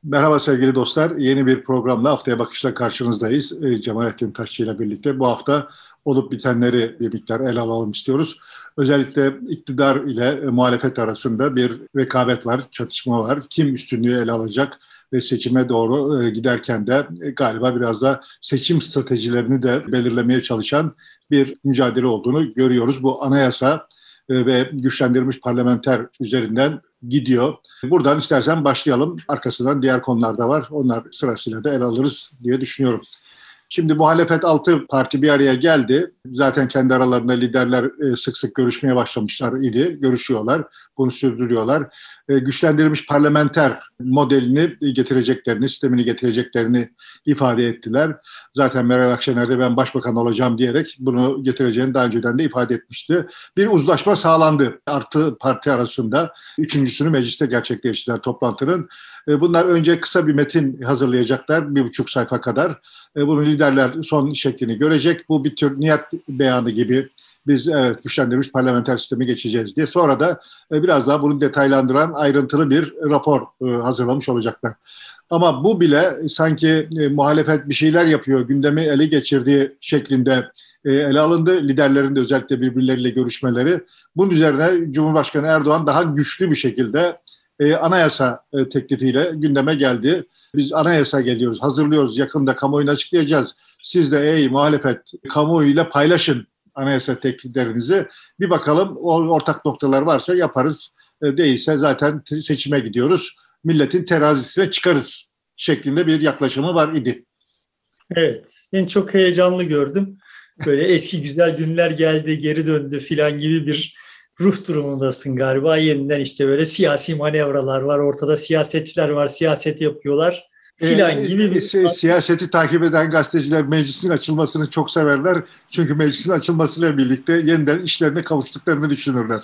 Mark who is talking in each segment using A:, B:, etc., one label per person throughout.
A: Merhaba sevgili dostlar. Yeni bir programla Haftaya Bakış'la karşınızdayız. Cemalettin Taşçı ile birlikte. Bu hafta olup bitenleri bir miktar ele alalım istiyoruz. Özellikle iktidar ile muhalefet arasında bir rekabet var, çatışma var. Kim üstünlüğü ele alacak ve seçime doğru giderken de galiba biraz da seçim stratejilerini de belirlemeye çalışan bir mücadele olduğunu görüyoruz. Bu anayasa ve güçlendirilmiş parlamenter üzerinden gidiyor. Buradan istersen başlayalım. Arkasından diğer konular da var. Onlar sırasıyla da ele alırız diye düşünüyorum. Şimdi muhalefet 6 parti bir araya geldi. Zaten kendi aralarında liderler sık sık görüşmeye başlamışlar idi. Görüşüyorlar, bunu sürdürüyorlar. Güçlendirilmiş parlamenter modelini getireceklerini, sistemini getireceklerini ifade ettiler. Zaten Meral Akşener de ben başbakan olacağım diyerek bunu getireceğini daha önceden de ifade etmişti. Bir uzlaşma sağlandı artı parti arasında. Üçüncüsünü mecliste gerçekleştiler toplantının. Bunlar önce kısa bir metin hazırlayacaklar, 1,5 sayfa kadar. Bunun liderler son şeklini görecek. Bu bir tür niyet beyanı gibi. Biz güçlendirilmiş parlamenter sisteme geçeceğiz diye. Sonra da biraz daha bunu detaylandıran ayrıntılı bir rapor hazırlamış olacaklar. Ama bu bile sanki muhalefet bir şeyler yapıyor, gündemi ele geçirdiği şeklinde ele alındı. Liderlerin de özellikle birbirleriyle görüşmeleri. Bunun üzerine Cumhurbaşkanı Erdoğan daha güçlü bir şekilde anayasa teklifiyle gündeme geldi. Biz anayasa geliyoruz, hazırlıyoruz, yakında kamuoyuna açıklayacağız. Siz de muhalefet kamuoyuyla paylaşın anayasa tekliflerinizi. Bir bakalım ortak noktalar varsa yaparız. Değilse zaten seçime gidiyoruz. Milletin terazisine çıkarız şeklinde bir yaklaşımı var idi.
B: Evet, seni çok heyecanlı gördüm. Böyle eski güzel günler geldi, geri döndü filan gibi bir ruh durumundasın galiba. Yeniden işte böyle siyasi manevralar var, ortada siyasetçiler var, siyaset yapıyorlar filan gibi bir...
A: Siyaseti takip eden gazeteciler meclisin açılmasını çok severler. Çünkü meclisin açılmasıyla birlikte yeniden işlerine kavuştuklarını düşünürler.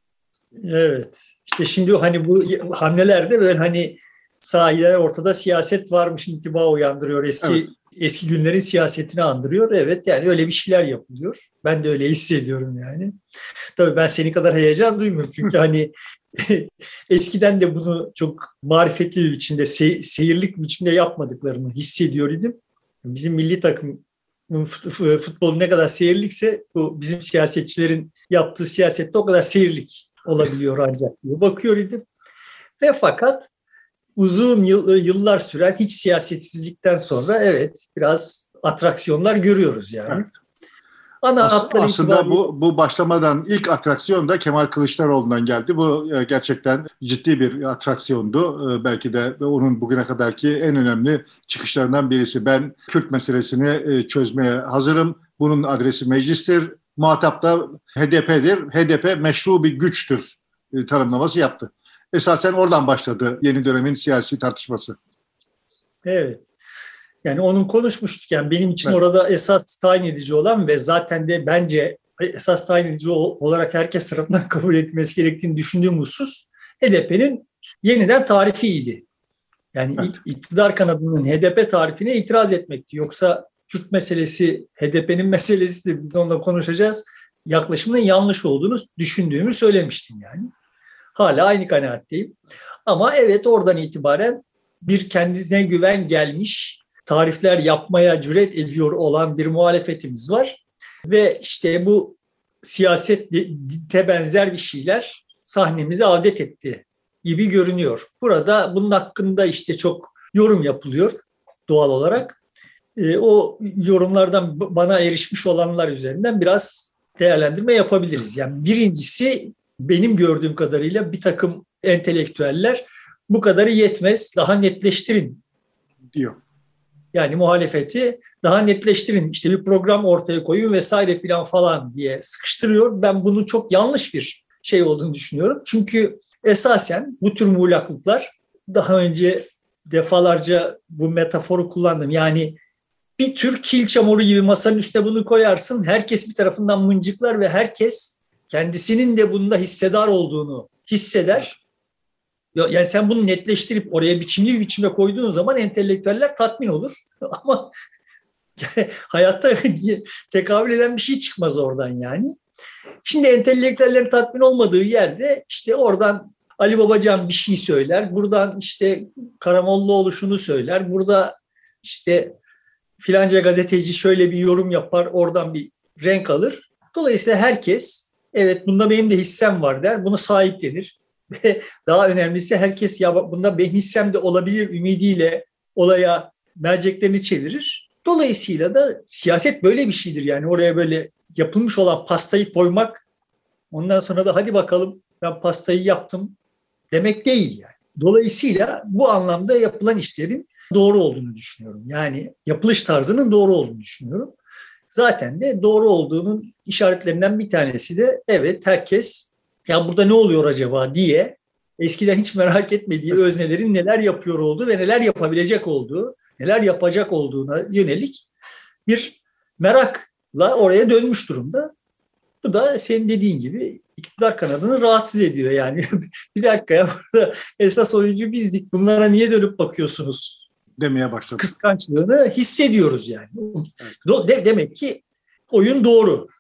B: Evet, işte şimdi hani bu hamlelerde böyle hani sahiden ortada siyaset varmış intiba uyandırıyor. Eski günlerin siyasetini andırıyor. Evet, yani öyle bir şeyler yapılıyor. Ben de öyle hissediyorum yani. Tabii ben senin kadar heyecan duymuyorum. Çünkü hani eskiden de bunu çok marifetli bir biçimde, seyirlik bir biçimde yapmadıklarını hissediyor idim. Bizim milli takım futbolu ne kadar seyirlikse bu bizim siyasetçilerin yaptığı siyasette o kadar seyirlik olabiliyor ancak diye bakıyor idim. Ve fakat uzun yıllar süren hiç siyasetsizlikten sonra evet biraz atraksiyonlar görüyoruz yani. Evet.
A: Aslında bu başlamadan ilk atraksiyon da Kemal Kılıçdaroğlu'ndan geldi. Bu gerçekten ciddi bir atraksiyondu. Belki de onun bugüne kadarki en önemli çıkışlarından birisi. Ben Kürt meselesini çözmeye hazırım. Bunun adresi meclistir. Muhatap da HDP'dir. HDP meşru bir güçtür tanımlaması yaptı. Esasen oradan başladı yeni dönemin siyasi tartışması.
B: Evet. Yani onun konuşmuştuk. Yani benim için orada esas tayin edici olan ve zaten de bence esas tayin edici olarak herkes tarafından kabul etmesi gerektiğini düşündüğüm husus HDP'nin yeniden tarifiydi. Yani iktidar kanadının HDP tarifine itiraz etmekti. Yoksa Kürt meselesi HDP'nin meselesidir. Biz onunla konuşacağız. Yaklaşımının yanlış olduğunu düşündüğümü söylemiştim yani. Hala aynı kanaatteyim. Ama evet oradan itibaren bir kendine güven gelmiş, tarifler yapmaya cüret ediyor olan bir muhalefetimiz var. Ve işte bu siyasete benzer bir şeyler sahnemize adet etti gibi görünüyor. Burada bunun hakkında işte çok yorum yapılıyor doğal olarak. O yorumlardan bana erişmiş olanlar üzerinden biraz değerlendirme yapabiliriz. Yani birincisi benim gördüğüm kadarıyla bir takım entelektüeller bu kadarı yetmez, daha netleştirin
A: diyor.
B: Yani muhalefeti daha netleştirin, işte bir program ortaya koyun vesaire filan falan diye sıkıştırıyor. Ben bunun çok yanlış bir şey olduğunu düşünüyorum. Çünkü esasen bu tür muğlaklıklar daha önce defalarca bu metaforu kullandım. Yani bir tür kil çamuru gibi masanın üstüne bunu koyarsın. Herkes bir tarafından mıncıklar ve herkes kendisinin de bunda hissedar olduğunu hisseder. Yani sen bunu netleştirip oraya biçimli bir biçimde koyduğun zaman entelektüeller tatmin olur. Ama hayatta tekabül eden bir şey çıkmaz oradan yani. Şimdi entelektüellerin tatmin olmadığı yerde işte oradan Ali Babacan bir şey söyler. Buradan işte Karamollaoğlu şunu söyler. Burada işte filanca gazeteci şöyle bir yorum yapar. Oradan bir renk alır. Dolayısıyla herkes evet bunda benim de hissem var der. Bunu sahiplenir. Ve daha önemlisi herkes ya bunda benim hissem de olabilir ümidiyle olaya merceklerini çevirir. Dolayısıyla da siyaset böyle bir şeydir. Yani oraya böyle yapılmış olan pastayı koymak, ondan sonra da hadi bakalım ben pastayı yaptım demek değil yani. Dolayısıyla bu anlamda yapılan işlerin doğru olduğunu düşünüyorum. Yani yapılış tarzının doğru olduğunu düşünüyorum. Zaten de doğru olduğunun işaretlerinden bir tanesi de evet herkes ya burada ne oluyor acaba diye eskiden hiç merak etmediği öznelerin neler yapıyor olduğu ve neler yapabilecek olduğu, neler yapacak olduğuna yönelik bir merakla oraya dönmüş durumda. Bu da senin dediğin gibi iktidar kanadını rahatsız ediyor. Yani bir dakika ya burada esas oyuncu bizdik. Bunlara niye dönüp bakıyorsunuz?
A: Demeye başladı.
B: Kıskançlığını hissediyoruz yani. Demek ki oyun doğru.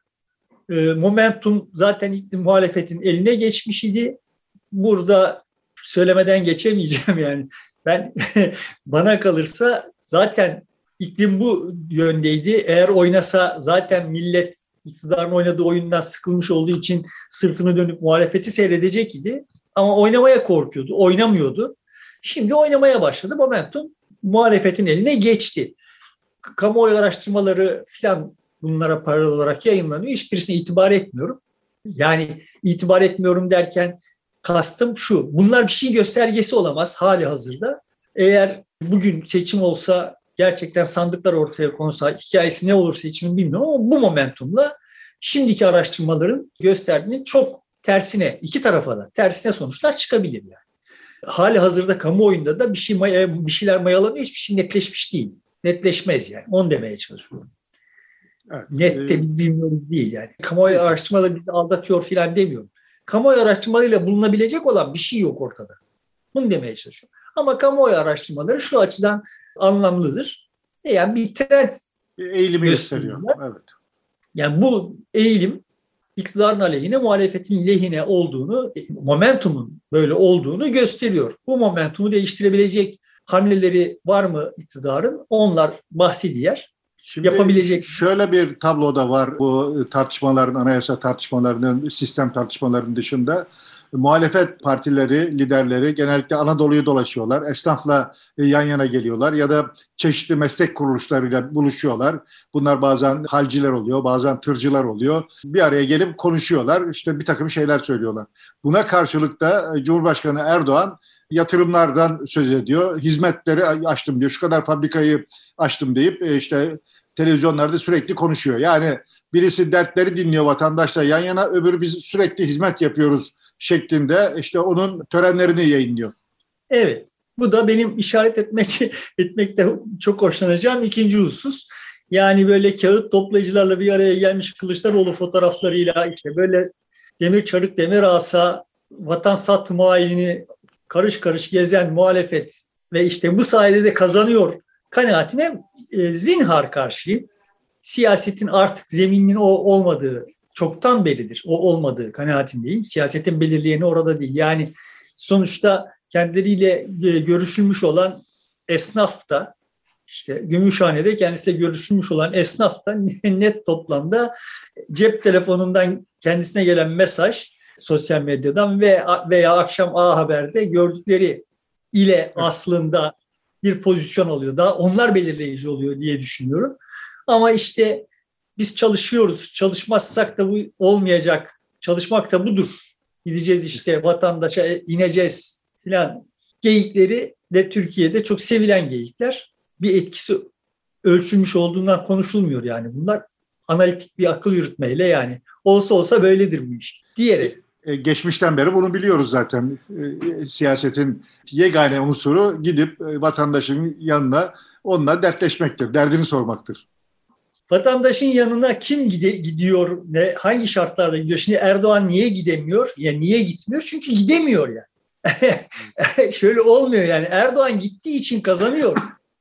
B: Momentum zaten muhalefetin eline geçmiş idi. Burada söylemeden geçemeyeceğim yani. Ben bana kalırsa zaten iklim bu yöndeydi. Eğer oynasa zaten millet iktidarın oynadığı oyundan sıkılmış olduğu için sırtını dönüp muhalefeti seyredecek idi. Ama oynamaya korkuyordu, oynamıyordu. Şimdi oynamaya başladı. Momentum muhalefetin eline geçti. Kamuoyu araştırmaları falan bunlara paralel olarak yayınlanıyor. Hiçbirisine itibar etmiyorum. Yani itibar etmiyorum derken kastım şu. Bunlar bir şey göstergesi olamaz hali hazırda. Eğer bugün seçim olsa gerçekten sandıklar ortaya konsa hikayesi ne olur seçimin bilmiyorum ama bu momentumla şimdiki araştırmaların gösterdiğinin çok tersine iki tarafa da tersine sonuçlar çıkabilir yani. Hali hazırda kamuoyunda da bir şeyler mayalanıyor, hiçbir şey netleşmiş değil. Netleşmez yani. Onu demeye çalışıyorum. Evet, net de biz bilmiyoruz değil yani. Kamuoyu araştırmaları bizi aldatıyor filan demiyorum. Kamuoyu araştırmalarıyla bulunabilecek olan bir şey yok ortada. Bunu demeye çalışıyorum. Ama kamuoyu araştırmaları şu açıdan anlamlıdır. Yani bir trend
A: eğilimi gösteriyor. Evet.
B: Yani bu eğilim iktidarın aleyhine, muhalefetin lehine olduğunu, momentumun böyle olduğunu gösteriyor. Bu momentumu değiştirebilecek hamleleri var mı iktidarın? Onlar bahsi diğer.
A: Şimdi
B: yapabilecek.
A: Şöyle bir tablo da var bu tartışmaların, anayasa tartışmalarının, sistem tartışmalarının dışında. Muhalefet partileri, liderleri genellikle Anadolu'yu dolaşıyorlar. Esnafla yan yana geliyorlar ya da çeşitli meslek kuruluşlarıyla buluşuyorlar. Bunlar bazen halciler oluyor, bazen tırcılar oluyor. Bir araya gelip konuşuyorlar, işte bir takım şeyler söylüyorlar. Buna karşılık da Cumhurbaşkanı Erdoğan yatırımlardan söz ediyor. Hizmetleri açtım diyor, şu kadar fabrikayı açtım deyip işte televizyonlarda sürekli konuşuyor. Yani birisi dertleri dinliyor vatandaşla yan yana, öbürü biz sürekli hizmet yapıyoruz şeklinde işte onun törenlerini yayınlıyor.
B: Evet. Bu da benim işaret etmekte çok hoşlanacağım ikinci husus. Yani böyle kağıt toplayıcılarla bir araya gelmiş Kılıçdaroğlu fotoğraflarıyla işte böyle demir çarık demir asa vatan sat muayini karış karış gezen muhalefet ve işte bu sayede de kazanıyor kanaatine zinhar karşıyım. Siyasetin artık zemininin o olmadığı çoktan beridir. O olmadığı kanaatindeyim. Siyasetin belirleyeni orada değil. Yani sonuçta kendileriyle görüşülmüş olan esnaf da işte Gümüşhane'de kendisiyle görüşülmüş olan esnaf da net toplamda cep telefonundan kendisine gelen mesaj sosyal medyadan veya akşam A Haber'de gördükleri ile aslında bir pozisyon alıyor. Daha onlar belirleyici oluyor diye düşünüyorum. Ama işte biz çalışıyoruz. Çalışmazsak da bu olmayacak. Çalışmak da budur. Gideceğiz işte vatandaşa ineceğiz filan geyikleri de Türkiye'de çok sevilen geyikler. Bir etkisi ölçülmüş olduğundan konuşulmuyor yani. Bunlar analitik bir akıl yürütmeyle yani olsa böyledir bu iş diyerek.
A: Geçmişten beri bunu biliyoruz zaten. Siyasetin yegane unsuru gidip vatandaşın yanına onunla dertleşmektir, derdini sormaktır.
B: Vatandaşın yanına kim gidiyor, hangi şartlarda gidiyor? Şimdi Erdoğan niye gidemiyor? Ya niye gitmiyor? Çünkü gidemiyor yani. Şöyle olmuyor yani. Erdoğan gittiği için kazanıyor.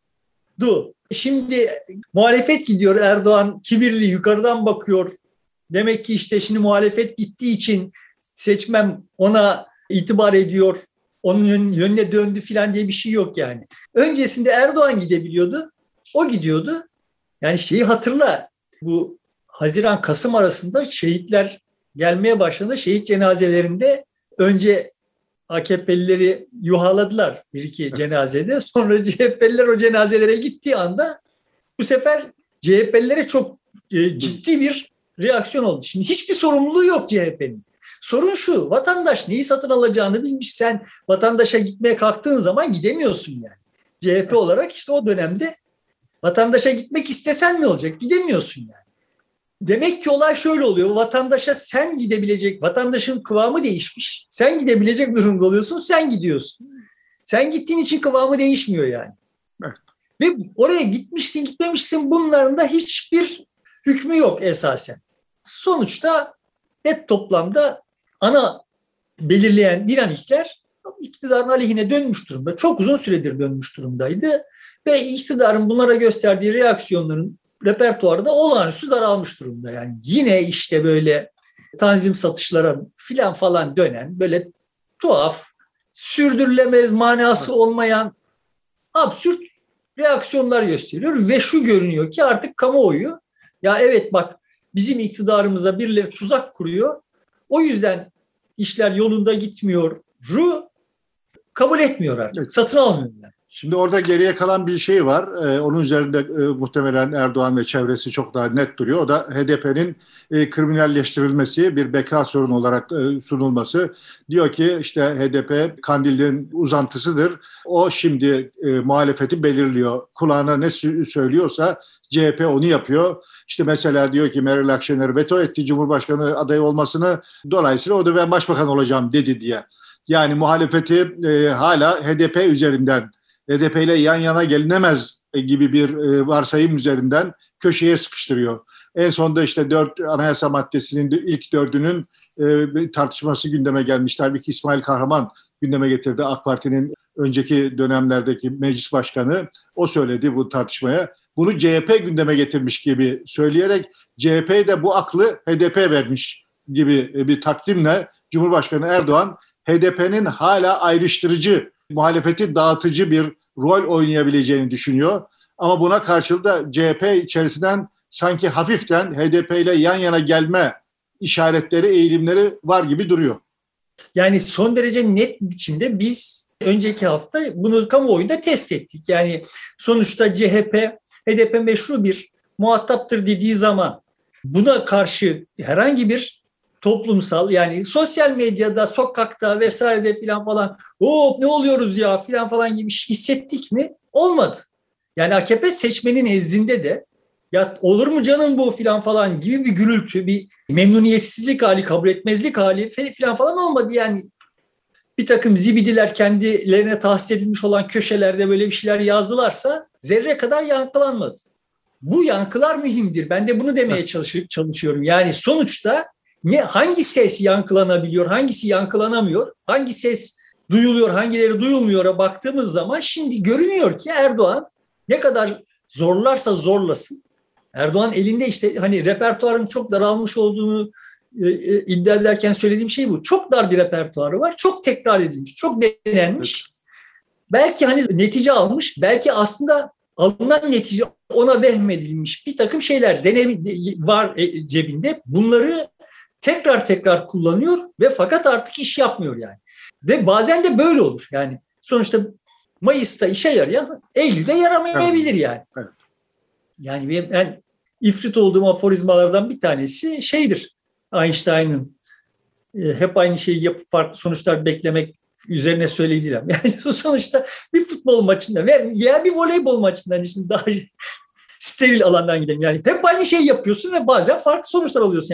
B: Şimdi muhalefet gidiyor. Erdoğan kibirli yukarıdan bakıyor. Demek ki işte şimdi muhalefet gittiği için seçmen ona itibar ediyor, onun yönüne döndü falan diye bir şey yok yani. Öncesinde Erdoğan gidebiliyordu, o gidiyordu. Yani şeyi hatırla, bu Haziran-Kasım arasında şehitler gelmeye başladı. Şehit cenazelerinde önce AKP'lileri yuhaladılar bir iki cenazede. Sonra CHP'liler o cenazelere gittiği anda bu sefer CHP'lilere çok ciddi bir reaksiyon oldu. Şimdi hiçbir sorumluluğu yok CHP'nin. Sorun şu, vatandaş neyi satın alacağını bilmiş. Sen vatandaşa gitmeye kalktığın zaman gidemiyorsun yani. CHP olarak işte o dönemde vatandaşa gitmek istesen ne olacak? Gidemiyorsun yani. Demek ki olay şöyle oluyor. Vatandaşa sen gidebilecek, vatandaşın kıvamı değişmiş. Sen gidebilecek durumda oluyorsun, sen gidiyorsun. Sen gittiğin için kıvamı değişmiyor yani.
A: Evet.
B: Ve oraya gitmişsin, gitmemişsin, bunların da hiçbir hükmü yok esasen. Sonuçta net toplamda ana belirleyen dinamikler iktidarın aleyhine dönmüş durumda. Çok uzun süredir dönmüş durumdaydı. Ve iktidarın bunlara gösterdiği reaksiyonların repertuarı da olağanüstü daralmış durumda. Yani yine işte böyle tanzim satışlara filan falan dönen böyle tuhaf, sürdürülemez, manası olmayan absürt reaksiyonlar gösteriyor. Ve şu görünüyor ki artık kamuoyu, ya evet bak bizim iktidarımıza birileri tuzak kuruyor. O yüzden işler yolunda gitmiyor. Kabul etmiyor artık. Evet. Satın almıyor yani.
A: Şimdi orada geriye kalan bir şey var. Onun üzerinde muhtemelen Erdoğan ve çevresi çok daha net duruyor. O da HDP'nin kriminalleştirilmesi, bir beka sorunu olarak sunulması. Diyor ki işte HDP Kandil'in uzantısıdır. O şimdi muhalefeti belirliyor. Kulağına ne söylüyorsa CHP onu yapıyor. İşte mesela diyor ki Meral Akşener veto etti Cumhurbaşkanı adayı olmasını. Dolayısıyla o da ben başbakan olacağım dedi diye. Yani muhalefeti hala HDP üzerinden, HDP ile yan yana gelinemez gibi bir varsayım üzerinden köşeye sıkıştırıyor. En sonunda işte 4 anayasa maddesinin ilk 4'ünün tartışması gündeme gelmişti. Halbuki İsmail Kahraman gündeme getirdi. AK Parti'nin önceki dönemlerdeki meclis başkanı. O söyledi bu tartışmaya. Bunu CHP gündeme getirmiş gibi söyleyerek CHP'ye de bu aklı HDP vermiş gibi bir takdimle Cumhurbaşkanı Erdoğan HDP'nin hala ayrıştırıcı, muhalefeti dağıtıcı bir rol oynayabileceğini düşünüyor. Ama buna karşılık da CHP içerisinden sanki hafiften HDP ile yan yana gelme işaretleri, eğilimleri var gibi duruyor.
B: Yani son derece net biçimde biz önceki hafta bunu kamuoyunda test ettik. Yani sonuçta CHP, HDP meşru bir muhataptır dediği zaman buna karşı herhangi bir toplumsal, yani sosyal medyada, sokakta vesairede falan ne oluyoruz ya falan gibi hissettik mi? Olmadı. Yani AKP seçmenin nezdinde de ya olur mu canım bu falan gibi bir gürültü, bir memnuniyetsizlik hali, kabul etmezlik hali falan olmadı. Yani bir takım zibidiler kendilerine tahsis edilmiş olan köşelerde böyle bir şeyler yazdılarsa zerre kadar yankılanmadı. Bu yankılar mühimdir. Ben de bunu demeye çalışıyorum. Yani sonuçta hangi ses yankılanabiliyor, hangisi yankılanamıyor, hangi ses duyuluyor, hangileri duyulmuyor'a baktığımız zaman şimdi görünüyor ki Erdoğan ne kadar zorlarsa zorlasın, Erdoğan elinde işte hani repertuarın çok daralmış olduğunu iddia ederken söylediğim şey bu. Çok dar bir repertuarı var, çok tekrar edilmiş, çok denenmiş. Evet. Belki hani netice almış, belki aslında alınan netice ona vehmedilmiş bir takım şeyler var cebinde. Bunları tekrar kullanıyor ve fakat artık iş yapmıyor yani. Ve bazen de böyle olur. Yani sonuçta Mayıs'ta işe yarayan Eylül'de yaramayabilir yani. Evet. Yani ben ifrit olduğum aforizmalardan bir tanesi şeydir. Einstein'ın hep aynı şeyi yapıp farklı sonuçlar beklemek üzerine söyleyebilirim. Yani sonuçta bir futbol maçında veya bir voleybol maçında şimdi daha steril alandan gidelim. Yani hep aynı şeyi yapıyorsun ve bazen farklı sonuçlar alıyorsun.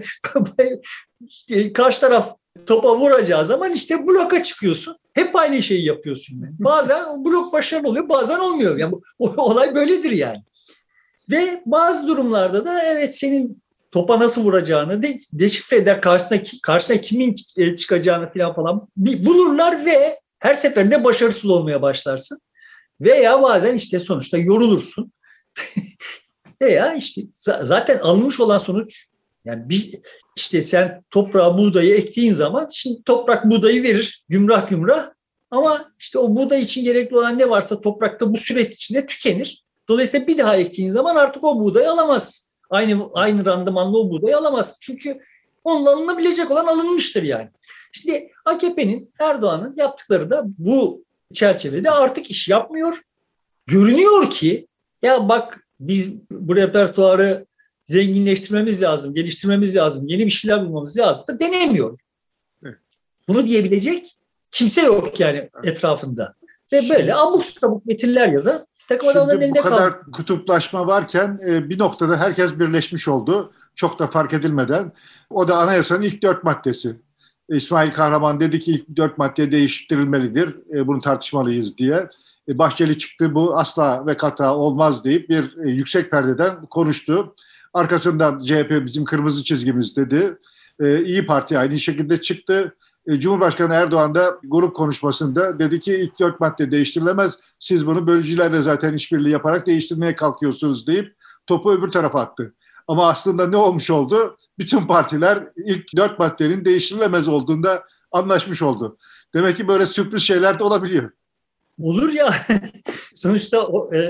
B: Yani karşı taraf topa vuracağı zaman işte bloka çıkıyorsun. Hep aynı şeyi yapıyorsun. Yani. Bazen blok başarılı oluyor, bazen olmuyor. Yani olay böyledir yani. Ve bazı durumlarda da evet senin topa nasıl vuracağını deşifre eder, karşısına kimin çıkacağını falan bulurlar ve her seferinde başarısız olmaya başlarsın. Veya bazen işte sonuçta yorulursun. Veya işte zaten alınmış olan sonuç, yani İşte sen toprağa buğdayı ektiğin zaman şimdi toprak buğdayı verir gümrah gümrah ama işte o buğday için gerekli olan ne varsa toprakta bu süreç içinde tükenir. Dolayısıyla bir daha ektiğin zaman artık o buğdayı alamazsın. Aynı randımanla o buğdayı alamazsın. Çünkü onunla alınabilecek olan alınmıştır yani. Şimdi AKP'nin, Erdoğan'ın yaptıkları da bu çerçevede artık iş yapmıyor. Görünüyor ki ya bak biz bu repertuarı zenginleştirmemiz lazım, geliştirmemiz lazım, yeni bir şeyler bulmamız lazım da denemiyor. Evet. Bunu diyebilecek kimse yok yani etrafında. Ve böyle abuk sabuk metinler yazan takım adamların elinde kaldı.
A: Bu kadar kutuplaşma varken bir noktada herkes birleşmiş oldu. Çok da fark edilmeden. O da anayasanın ilk 4 maddesi. İsmail Kahraman dedi ki ilk 4 madde değiştirilmelidir. Bunu tartışmalıyız diye. Bahçeli çıktı bu asla ve kata olmaz deyip bir yüksek perdeden konuştu. Arkasından CHP bizim kırmızı çizgimiz dedi. İYİ Parti aynı şekilde çıktı. Cumhurbaşkanı Erdoğan da grup konuşmasında dedi ki ilk 4 madde değiştirilemez. Siz bunu bölücülerle zaten işbirliği yaparak değiştirmeye kalkıyorsunuz deyip topu öbür tarafa attı. Ama aslında ne olmuş oldu? Bütün partiler ilk 4 maddenin değiştirilemez olduğunda anlaşmış oldu. Demek ki böyle sürpriz şeyler de olabiliyor.
B: Olur ya. Sonuçta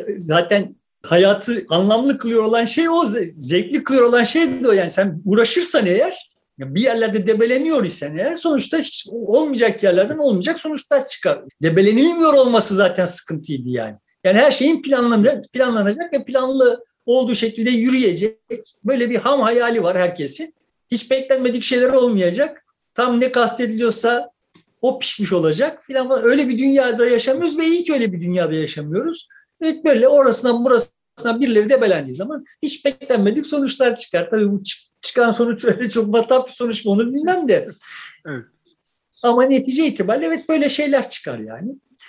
B: zaten hayatı anlamlı kılıyor olan şey o, zevkli kılıyor olan şey de o. Yani sen uğraşırsan eğer, bir yerlerde debeleniyor isen eğer sonuçta hiç olmayacak yerlerden olmayacak sonuçlar çıkar. Debelenilmiyor olması zaten sıkıntıydı yani. Yani her şeyin planlanacak ve planlı olduğu şekilde yürüyecek. Böyle bir ham hayali var herkesin. Hiç beklenmedik şeyler olmayacak. Tam ne kastediliyorsa o pişmiş olacak filan. Öyle bir dünyada yaşamıyoruz ve iyi ki öyle bir dünyada yaşamıyoruz. Evet, böyle orasından burasından birileri debelendiği zaman hiç beklenmedik sonuçlar çıkar. Tabii bu çıkan sonuç öyle çok matap bir sonuç mu onu bilmem de. Evet. Ama netice itibariyle evet böyle şeyler çıkar yani.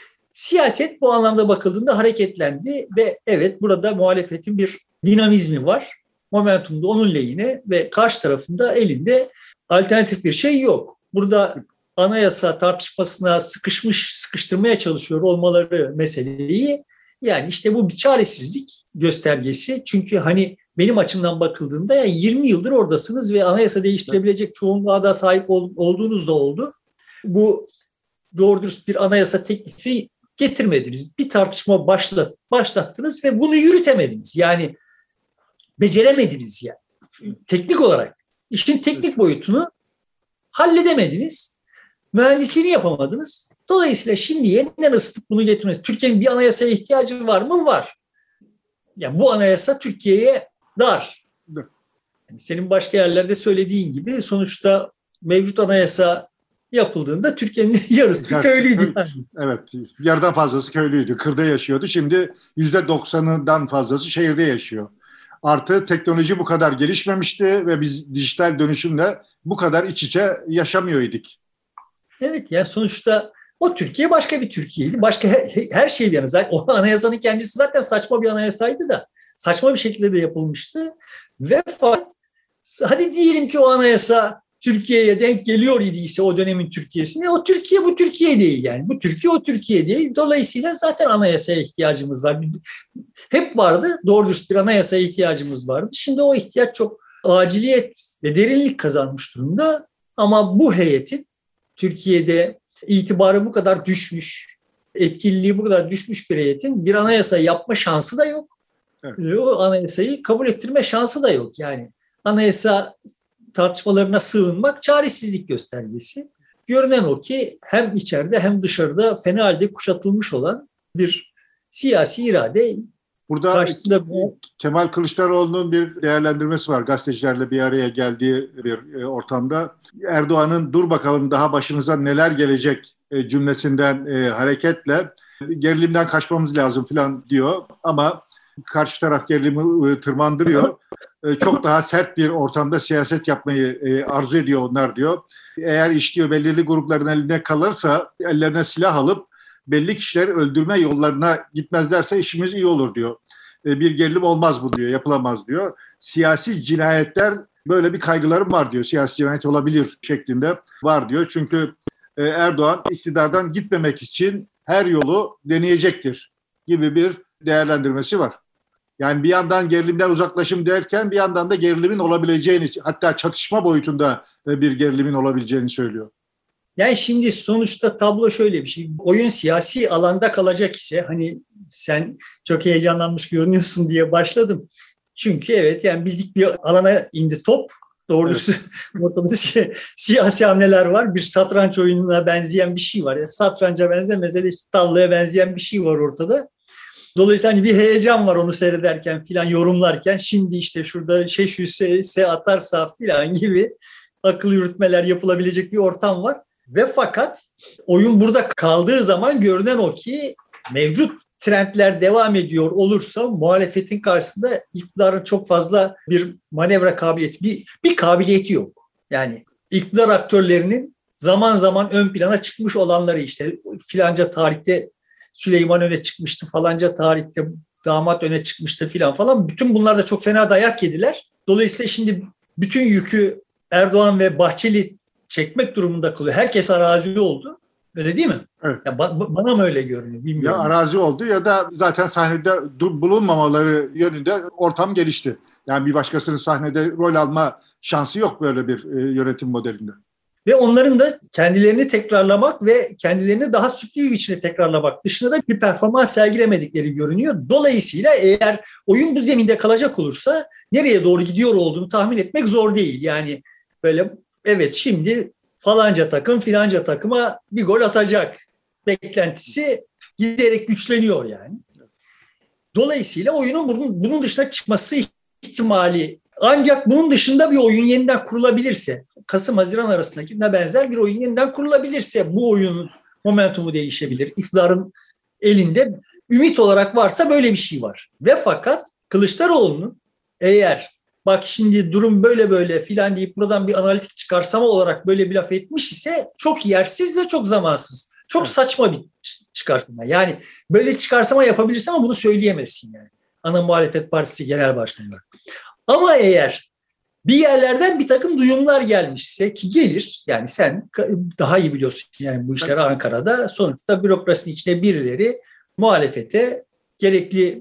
B: Siyaset bu anlamda bakıldığında hareketlendi ve evet burada muhalefetin bir dinamizmi var. Momentum da onun lehine ve karşı tarafında elinde alternatif bir şey yok. Burada anayasa tartışmasına sıkıştırmaya çalışıyor olmaları meseleyi. Yani işte bu bir çaresizlik göstergesi. Çünkü hani benim açımdan bakıldığında ya 20 yıldır oradasınız ve anayasa değiştirebilecek çoğunluğa da sahip olduğunuz da oldu. Bu doğru dürüst bir anayasa teklifi getirmediniz. Bir tartışma başlattınız ve bunu yürütemediniz. Yani beceremediniz yani. Teknik olarak işin teknik boyutunu halledemediniz. Mühendisliğini yapamadınız. Dolayısıyla şimdi yeniden ısıtıp bunu getirmeniz. Türkiye'nin bir anayasaya ihtiyacı var mı? Var. Yani bu anayasa Türkiye'ye dar. Yani senin başka yerlerde söylediğin gibi sonuçta mevcut anayasa yapıldığında Türkiye'nin yarısı köylüydü.
A: Evet, yarıdan fazlası köylüydü. Kırda yaşıyordu. Şimdi %90'ından fazlası şehirde yaşıyor. Artı teknoloji bu kadar gelişmemişti ve biz dijital dönüşümle bu kadar iç içe yaşamıyorduk.
B: Evet, yani sonuçta o Türkiye başka bir Türkiye'ydi. Başka her şey bir yana. Zaten o anayasanın kendisi zaten saçma bir anayasaydı da saçma bir şekilde de yapılmıştı. Ve hadi diyelim ki o anayasa Türkiye'ye denk geliyor idiyse o dönemin Türkiye'sine, o Türkiye bu Türkiye değil yani. Bu Türkiye o Türkiye değil. Dolayısıyla zaten anayasaya ihtiyacımız var. Hep vardı. Doğru dürüst bir anayasaya ihtiyacımız vardı. Şimdi o ihtiyaç çok aciliyet ve derinlik kazanmış durumda. Ama bu heyetin Türkiye'de itibarı bu kadar düşmüş, etkililiği bu kadar düşmüş bir heyetin bir anayasa yapma şansı da yok. Evet. O anayasayı kabul ettirme şansı da yok. Yani anayasa tartışmalarına sığınmak çaresizlik göstergesi. Görünen o ki hem içeride hem dışarıda fena halde kuşatılmış olan bir siyasi irade.
A: Burada karşısında Kemal Kılıçdaroğlu'nun bir değerlendirmesi var. Gazetecilerle bir araya geldiği bir ortamda. Erdoğan'ın dur bakalım daha başınıza neler gelecek cümlesinden hareketle gerilimden kaçmamız lazım falan diyor. Ama karşı taraf gerilimi tırmandırıyor. Çok daha sert bir ortamda siyaset yapmayı arzu ediyor onlar diyor. Eğer iş diyor belirli grupların eline kalırsa ellerine silah alıp belli kişileri öldürme yollarına gitmezlerse işimiz iyi olur diyor. Bir gerilim olmaz bu diyor, yapılamaz diyor. Siyasi cinayetler böyle bir kaygılarım var diyor. Siyasi cinayet olabilir şeklinde var diyor. Çünkü Erdoğan iktidardan gitmemek için her yolu deneyecektir gibi bir değerlendirmesi var. Yani bir yandan gerilimden uzaklaşım derken bir yandan da gerilimin olabileceğini, hatta çatışma boyutunda bir gerilimin olabileceğini söylüyor.
B: Yani şimdi sonuçta tablo şöyle bir şey. Oyun siyasi alanda kalacak ise, hani sen çok heyecanlanmış görünüyorsun diye başladım. Çünkü evet, yani bildik bir alana indi top. Doğrusu evet. Ortada siyasi hamleler var. Bir satranç oyununa benzeyen bir şey var. Yani satranca benzemez de işte tavlaya benzeyen bir şey var ortada. Dolayısıyla hani bir heyecan var onu seyrederken filan, yorumlarken. Şimdi işte şurada şu atarsa filan gibi akıl yürütmeler yapılabilecek bir ortam var. Ve fakat oyun burada kaldığı zaman görünen o ki mevcut trendler devam ediyor olursa muhalefetin karşısında iktidarın çok fazla bir manevra kabiliyeti, bir kabiliyeti yok. Yani iktidar aktörlerinin zaman zaman ön plana çıkmış olanları, işte filanca tarihte Süleyman öne çıkmıştı, falanca tarihte damat öne çıkmıştı filan falan. Bütün bunlar da çok fena dayak yediler. Dolayısıyla şimdi bütün yükü Erdoğan ve Bahçeli çekmek durumunda kalıyor. Herkes arazi oldu. Öyle değil mi?
A: Evet.
B: Ya bana mı öyle görünüyor bilmiyorum.
A: Ya arazi oldu ya da zaten sahnede bulunmamaları yönünde ortam gelişti. Yani bir başkasının sahnede rol alma şansı yok böyle bir yönetim modelinde.
B: Ve onların da kendilerini tekrarlamak ve kendilerini daha süslü bir biçimde tekrarlamak dışında da bir performans sergilemedikleri görünüyor. Dolayısıyla eğer oyun bu zeminde kalacak olursa nereye doğru gidiyor olduğunu tahmin etmek zor değil. Yani böyle evet, şimdi falanca takım filanca takıma bir gol atacak beklentisi giderek güçleniyor yani. Dolayısıyla oyunun bunun dışına çıkması ihtimali, ancak bunun dışında bir oyun yeniden kurulabilirse, Kasım-Haziran arasındaki benzer bir oyun yeniden kurulabilirse bu oyunun momentumu değişebilir. İktidarın elinde ümit olarak varsa böyle bir şey var. Ve fakat Kılıçdaroğlu'nun eğer bak şimdi durum böyle böyle filan deyip buradan bir analitik çıkarsama olarak böyle bir laf etmiş ise çok yersiz ve çok zamansız. Çok saçma bir çıkarsama. Yani böyle çıkarsama yapabilirsin ama bunu söyleyemezsin yani. Ana Muhalefet Partisi Genel Başkanı olarak. Ama eğer bir yerlerden bir takım duyumlar gelmişse, ki gelir, yani sen daha iyi biliyorsun yani bu işleri Ankara'da, sonuçta bürokrasinin içine birileri muhalefete gerekli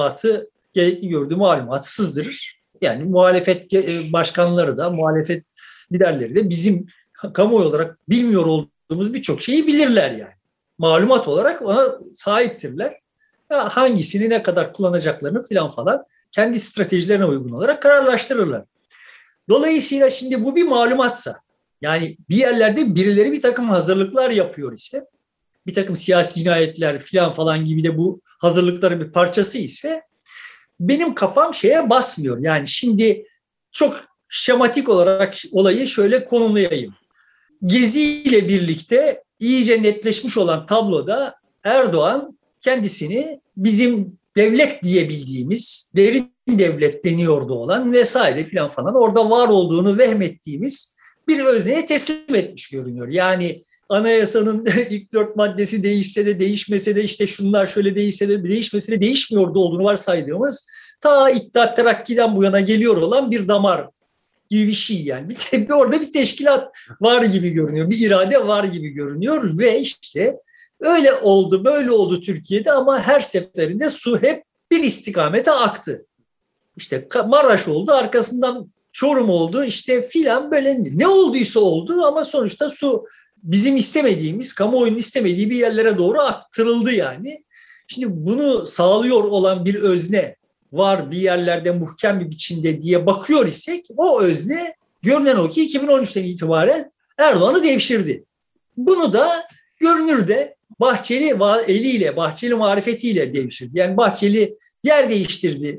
B: gördüğü malumatı sızdırır. Yani muhalefet başkanları da, muhalefet liderleri de bizim kamuoyu olarak bilmiyor olduğumuz birçok şeyi bilirler yani. Malumat olarak ona sahiptirler. Ya hangisini ne kadar kullanacaklarını falan kendi stratejilerine uygun olarak kararlaştırırlar. Dolayısıyla şimdi bu bir malumatsa, yani bir yerlerde birileri bir takım hazırlıklar yapıyor ise, bir takım siyasi cinayetler falan gibi de bu hazırlıkların bir parçası ise, benim kafam şeye basmıyor. Yani şimdi çok şematik olarak olayı şöyle konumlayayım. Gezi ile birlikte iyice netleşmiş olan tabloda Erdoğan kendisini bizim devlet diyebildiğimiz, derin devlet deniyordu olan vesaire falan orada var olduğunu vehmettiğimiz bir özneye teslim etmiş görünüyor. Yani anayasanın ilk 4 maddesi değişse de değişmese de, işte şunlar şöyle değişse de değişmese de değişmiyordu olduğunu varsaydığımız, ta İttihat Terakki'den bu yana geliyor olan bir damar gibi bir şey yani. Orada bir teşkilat var gibi görünüyor, bir irade var gibi görünüyor ve işte öyle oldu, böyle oldu Türkiye'de ama her seferinde su hep bir istikamete aktı. İşte Maraş oldu, arkasından Çorum oldu, işte filan böyle ne olduysa oldu ama sonuçta su bizim istemediğimiz, kamuoyunun istemediği bir yerlere doğru aktarıldı yani. Şimdi bunu sağlıyor olan bir özne var bir yerlerde muhkem bir biçimde diye bakıyor isek, o özne görünen o ki 2013'ten itibaren Erdoğan'ı devşirdi. Bunu da görünürde Bahçeli eliyle, Bahçeli marifetiyle devşirdi. Yani Bahçeli yer değiştirdi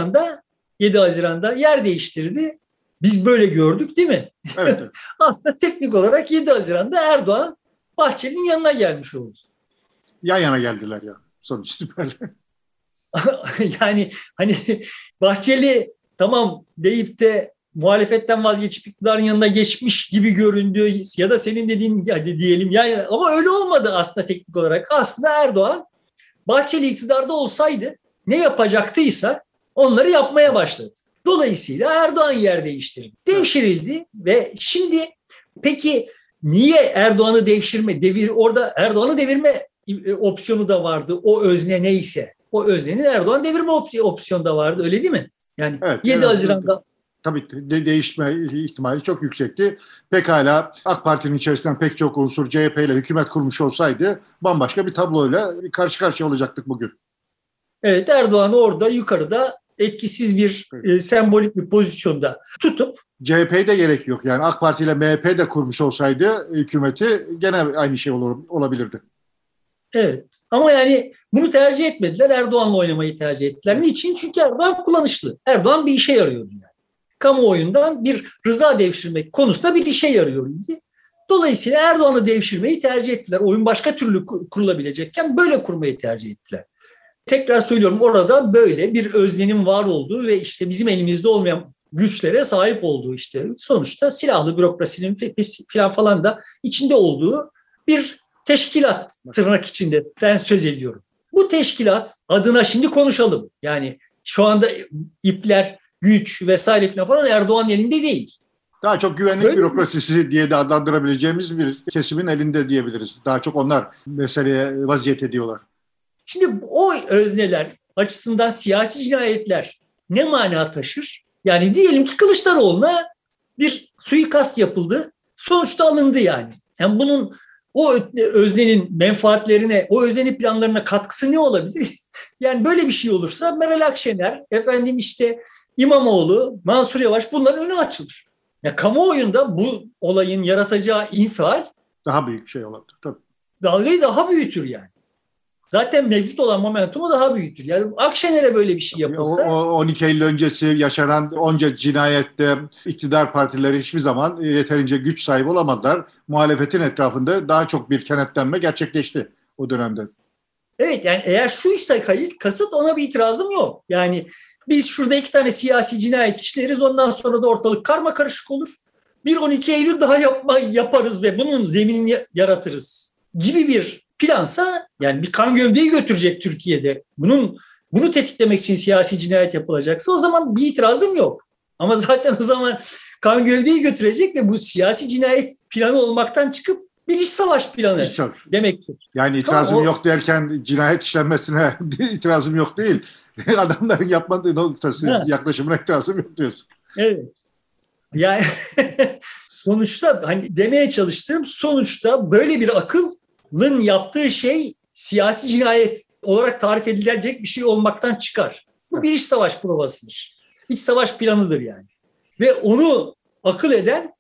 B: 7 Haziran'da yer değiştirdi. Biz böyle gördük değil mi?
A: Evet.
B: Aslında teknik olarak 7 Haziran'da Erdoğan Bahçeli'nin yanına gelmiş oldu.
A: Yan yana geldiler ya sonuç itibariyle.
B: Yani hani Bahçeli tamam deyip de muhalefetten vazgeçip iktidarın yanına geçmiş gibi göründü ya da senin dediğin hadi diyelim yani, ama öyle olmadı aslında teknik olarak. Aslında Erdoğan Bahçeli iktidarda olsaydı ne yapacaktıysa onları yapmaya başladı. Dolayısıyla Erdoğan yer değiştirdi. Devşirildi ve şimdi peki niye Erdoğan'ı orada Erdoğan'ı devirme opsiyonu da vardı o özne neyse. o öznenin Erdoğan devirme opsiyonu da vardı, öyle değil mi? Yani
A: Evet,
B: 7 Haziran'da
A: tabii değişme ihtimali çok yüksekti. Pekala AK Parti'nin içerisinden pek çok unsur CHP ile hükümet kurmuş olsaydı bambaşka bir tabloyla karşı karşıya olacaktık bugün.
B: evet, Erdoğan'ı orada yukarıda etkisiz bir sembolik bir pozisyonda tutup
A: CHP'ye de gerek yok. Yani AK Parti ile MHP de kurmuş olsaydı hükümeti gene aynı şey olabilirdi.
B: evet, ama yani bunu tercih etmediler. Erdoğan'la oynamayı tercih ettiler. Evet. Niçin? Çünkü Erdoğan kullanışlı. Erdoğan bir işe yarıyordu yani. Kamuoyundan bir rıza devşirmek konusunda bir işe yarıyordu. Dolayısıyla Erdoğan'ı devşirmeyi tercih ettiler. Oyun başka türlü kurulabilecekken böyle kurmayı tercih ettiler. Tekrar söylüyorum, orada böyle bir öznenin var olduğu ve işte bizim elimizde olmayan güçlere sahip olduğu, işte sonuçta silahlı bürokrasinin falan da içinde olduğu bir teşkilat, tırnak içinde ben söz ediyorum. Bu teşkilat adına şimdi konuşalım. Yani şu anda ipler, güç vesaire falan Erdoğan'ın elinde değil.
A: Daha çok güvenlik böyle bürokrasisi diye de adlandırabileceğimiz bir kesimin elinde diyebiliriz. Daha çok onlar meseleye vaziyet ediyorlar.
B: Şimdi o özneler açısından siyasi cinayetler ne mana taşır? Yani diyelim ki Kılıçdaroğlu'na bir suikast yapıldı. Sonuçta alındı yani. Yani bunun o öznenin menfaatlerine, o öznenin planlarına katkısı ne olabilir? Yani böyle bir şey olursa Meral Akşener, efendim işte İmamoğlu, Mansur Yavaş, bunların önü açılır. Ya kamuoyunda bu olayın yaratacağı infial
A: daha büyük şey olabilir tabii.
B: Dalgayı daha büyütür yani. Zaten mevcut olan momentumu daha büyütür. Yani Akşener'e böyle bir şey yapılsa...
A: O 12 Eylül öncesi yaşanan onca cinayette iktidar partileri hiçbir zaman yeterince güç sahibi olamadılar. Muhalefetin etrafında daha çok bir kenetlenme gerçekleşti o dönemde.
B: Evet, yani eğer şuysa kasıt, ona bir itirazım yok. Yani biz şurada 2 tane siyasi cinayet işleriz, ondan sonra da ortalık karma karışık olur. Bir 12 Eylül daha yaparız ve bunun zeminini yaratırız gibi bir plansa, yani bir kan gövdeyi götürecek Türkiye'de. Bunu tetiklemek için siyasi cinayet yapılacaksa o zaman bir itirazım yok. Ama zaten o zaman kan gövdeyi götürecek ve bu siyasi cinayet planı olmaktan çıkıp bir iç savaş planı demektir.
A: Yani itirazım yok derken cinayet işlenmesine itirazım yok değil. Adamların yapmadığı noktası, yaklaşımına itirazım yok diyorsun.
B: Evet. Yani sonuçta hani demeye çalıştığım, sonuçta böyle bir akılın yaptığı şey siyasi cinayet olarak tarif edilecek bir şey olmaktan çıkar. Bu bir iç savaş provasıdır. İç savaş planıdır yani. Ve onu akıl eden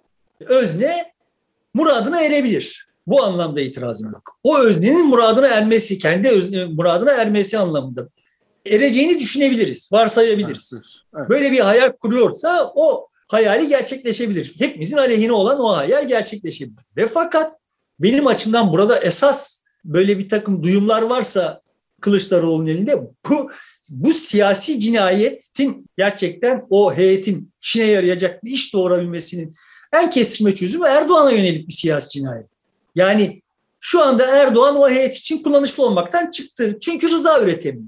B: özne muradına erebilir. Bu anlamda itirazım yok. O öznenin muradına ermesi, kendi muradına ermesi anlamında ereceğini düşünebiliriz, varsayabiliriz. Evet. Böyle bir hayal kuruyorsa o hayali gerçekleşebilir. Hepimizin aleyhine olan o hayal gerçekleşebilir. Ve fakat benim açımdan burada esas böyle bir takım duyumlar varsa Kılıçdaroğlu'nun elinde, bu siyasi cinayetin gerçekten o heyetin işine yarayacak bir iş doğurabilmesinin en kestirme çözümü Erdoğan'a yönelik bir siyasi cinayet. Yani şu anda Erdoğan o heyet için kullanışlı olmaktan çıktı. Çünkü rıza üretemiyor.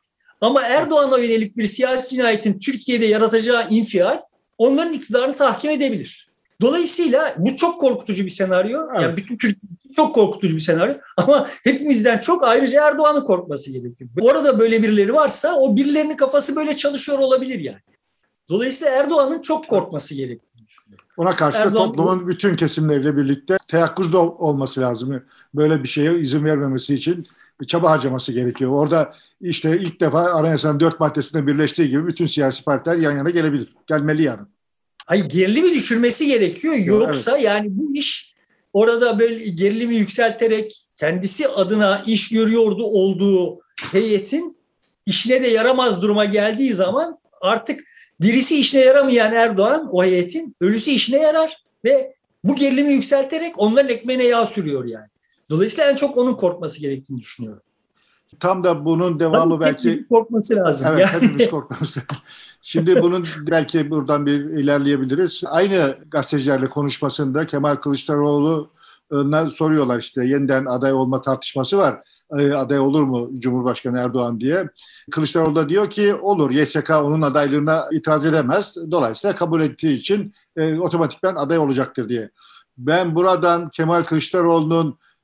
B: Ama Erdoğan'a yönelik bir siyasi cinayetin Türkiye'de yaratacağı infial onların iktidarını tahkim edebilir. Dolayısıyla bu çok korkutucu bir senaryo. Evet. Yani bütün Türkiye için çok korkutucu bir senaryo. Ama hepimizden çok ayrıca Erdoğan'ın korkması gerekiyor. Orada böyle birileri varsa o birilerinin kafası böyle çalışıyor olabilir yani. Dolayısıyla Erdoğan'ın çok korkması gerekiyor.
A: Ona karşı da toplumun bütün kesimleriyle birlikte teyakkuzda olması lazım. Böyle bir şeye izin vermemesi için bir çaba harcaması gerekiyor. Orada işte ilk defa Anayasanın 4 maddesinde birleştiği gibi bütün siyasi partiler yan yana gelebilir. Gelmeli yani.
B: Hayır, gerilimi düşürmesi gerekiyor. Yoksa evet, yani bu iş orada böyle gerilimi yükselterek kendisi adına iş görüyordu olduğu heyetin işine de yaramaz duruma geldiği zaman artık birisi işine yaramayan Erdoğan, o heyetin ölüsü işine yarar ve bu gerilimi yükselterek onların ekmeğine yağ sürüyor yani. Dolayısıyla en çok onun korkması gerektiğini düşünüyorum.
A: Tam da bunun devamı belki...
B: Hepimizin korkması lazım.
A: Evet, yani. Hepimiz korkmamız. Şimdi bunun belki buradan bir ilerleyebiliriz. Aynı gazetecilerle konuşmasında Kemal Kılıçdaroğlu'na soruyorlar işte yeniden aday olma tartışması var. Aday olur mu Cumhurbaşkanı Erdoğan diye. Kılıçdaroğlu da diyor ki olur. YSK onun adaylığına itiraz edemez. Dolayısıyla kabul ettiği için otomatikman aday olacaktır diye. Ben buradan Kemal Kılıçdaroğlu'nun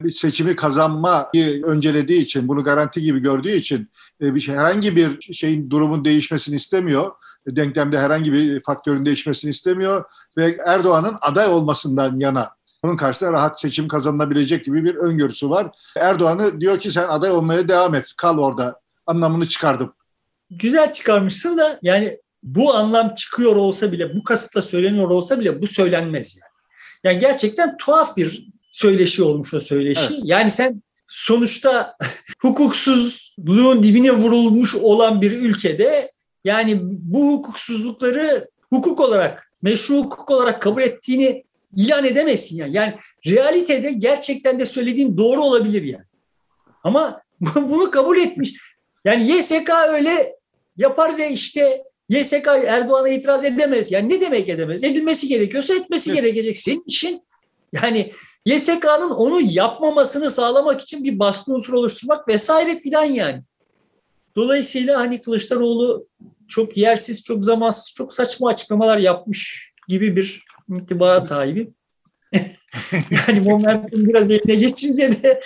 A: seçimi kazanmayı öncelediği için, bunu garanti gibi gördüğü için herhangi bir şeyin durumun değişmesini istemiyor. Denklemde herhangi bir faktörün değişmesini istemiyor ve Erdoğan'ın aday olmasından yana. Onun karşısında rahat seçim kazanılabilecek gibi bir öngörüsü var. Erdoğan'ı diyor ki sen aday olmaya devam et, kal orada. Anlamını çıkardım.
B: Güzel çıkarmışsın da yani bu anlam çıkıyor olsa bile, bu kasıtla söyleniyor olsa bile bu söylenmez yani. Yani gerçekten tuhaf bir söyleşi olmuş o söyleşi. Evet. Yani sen sonuçta hukuksuzluğun dibine vurulmuş olan bir ülkede yani bu hukuksuzlukları hukuk olarak, meşru hukuk olarak kabul ettiğini ilan edemezsin yani. Yani realitede gerçekten de söylediğin doğru olabilir yani. Ama bunu kabul etmiş. Yani YSK öyle yapar ve işte YSK Erdoğan'a itiraz edemez. Yani ne demek edemez? Edilmesi gerekiyorsa etmesi gerekecek. Senin için yani YSK'nın onu yapmamasını sağlamak için bir baskı unsuru oluşturmak vesaire filan yani. Dolayısıyla hani Kılıçdaroğlu çok yersiz, çok zamansız, çok saçma açıklamalar yapmış gibi bir intibaya sahibim. Yani momentum biraz eline geçince de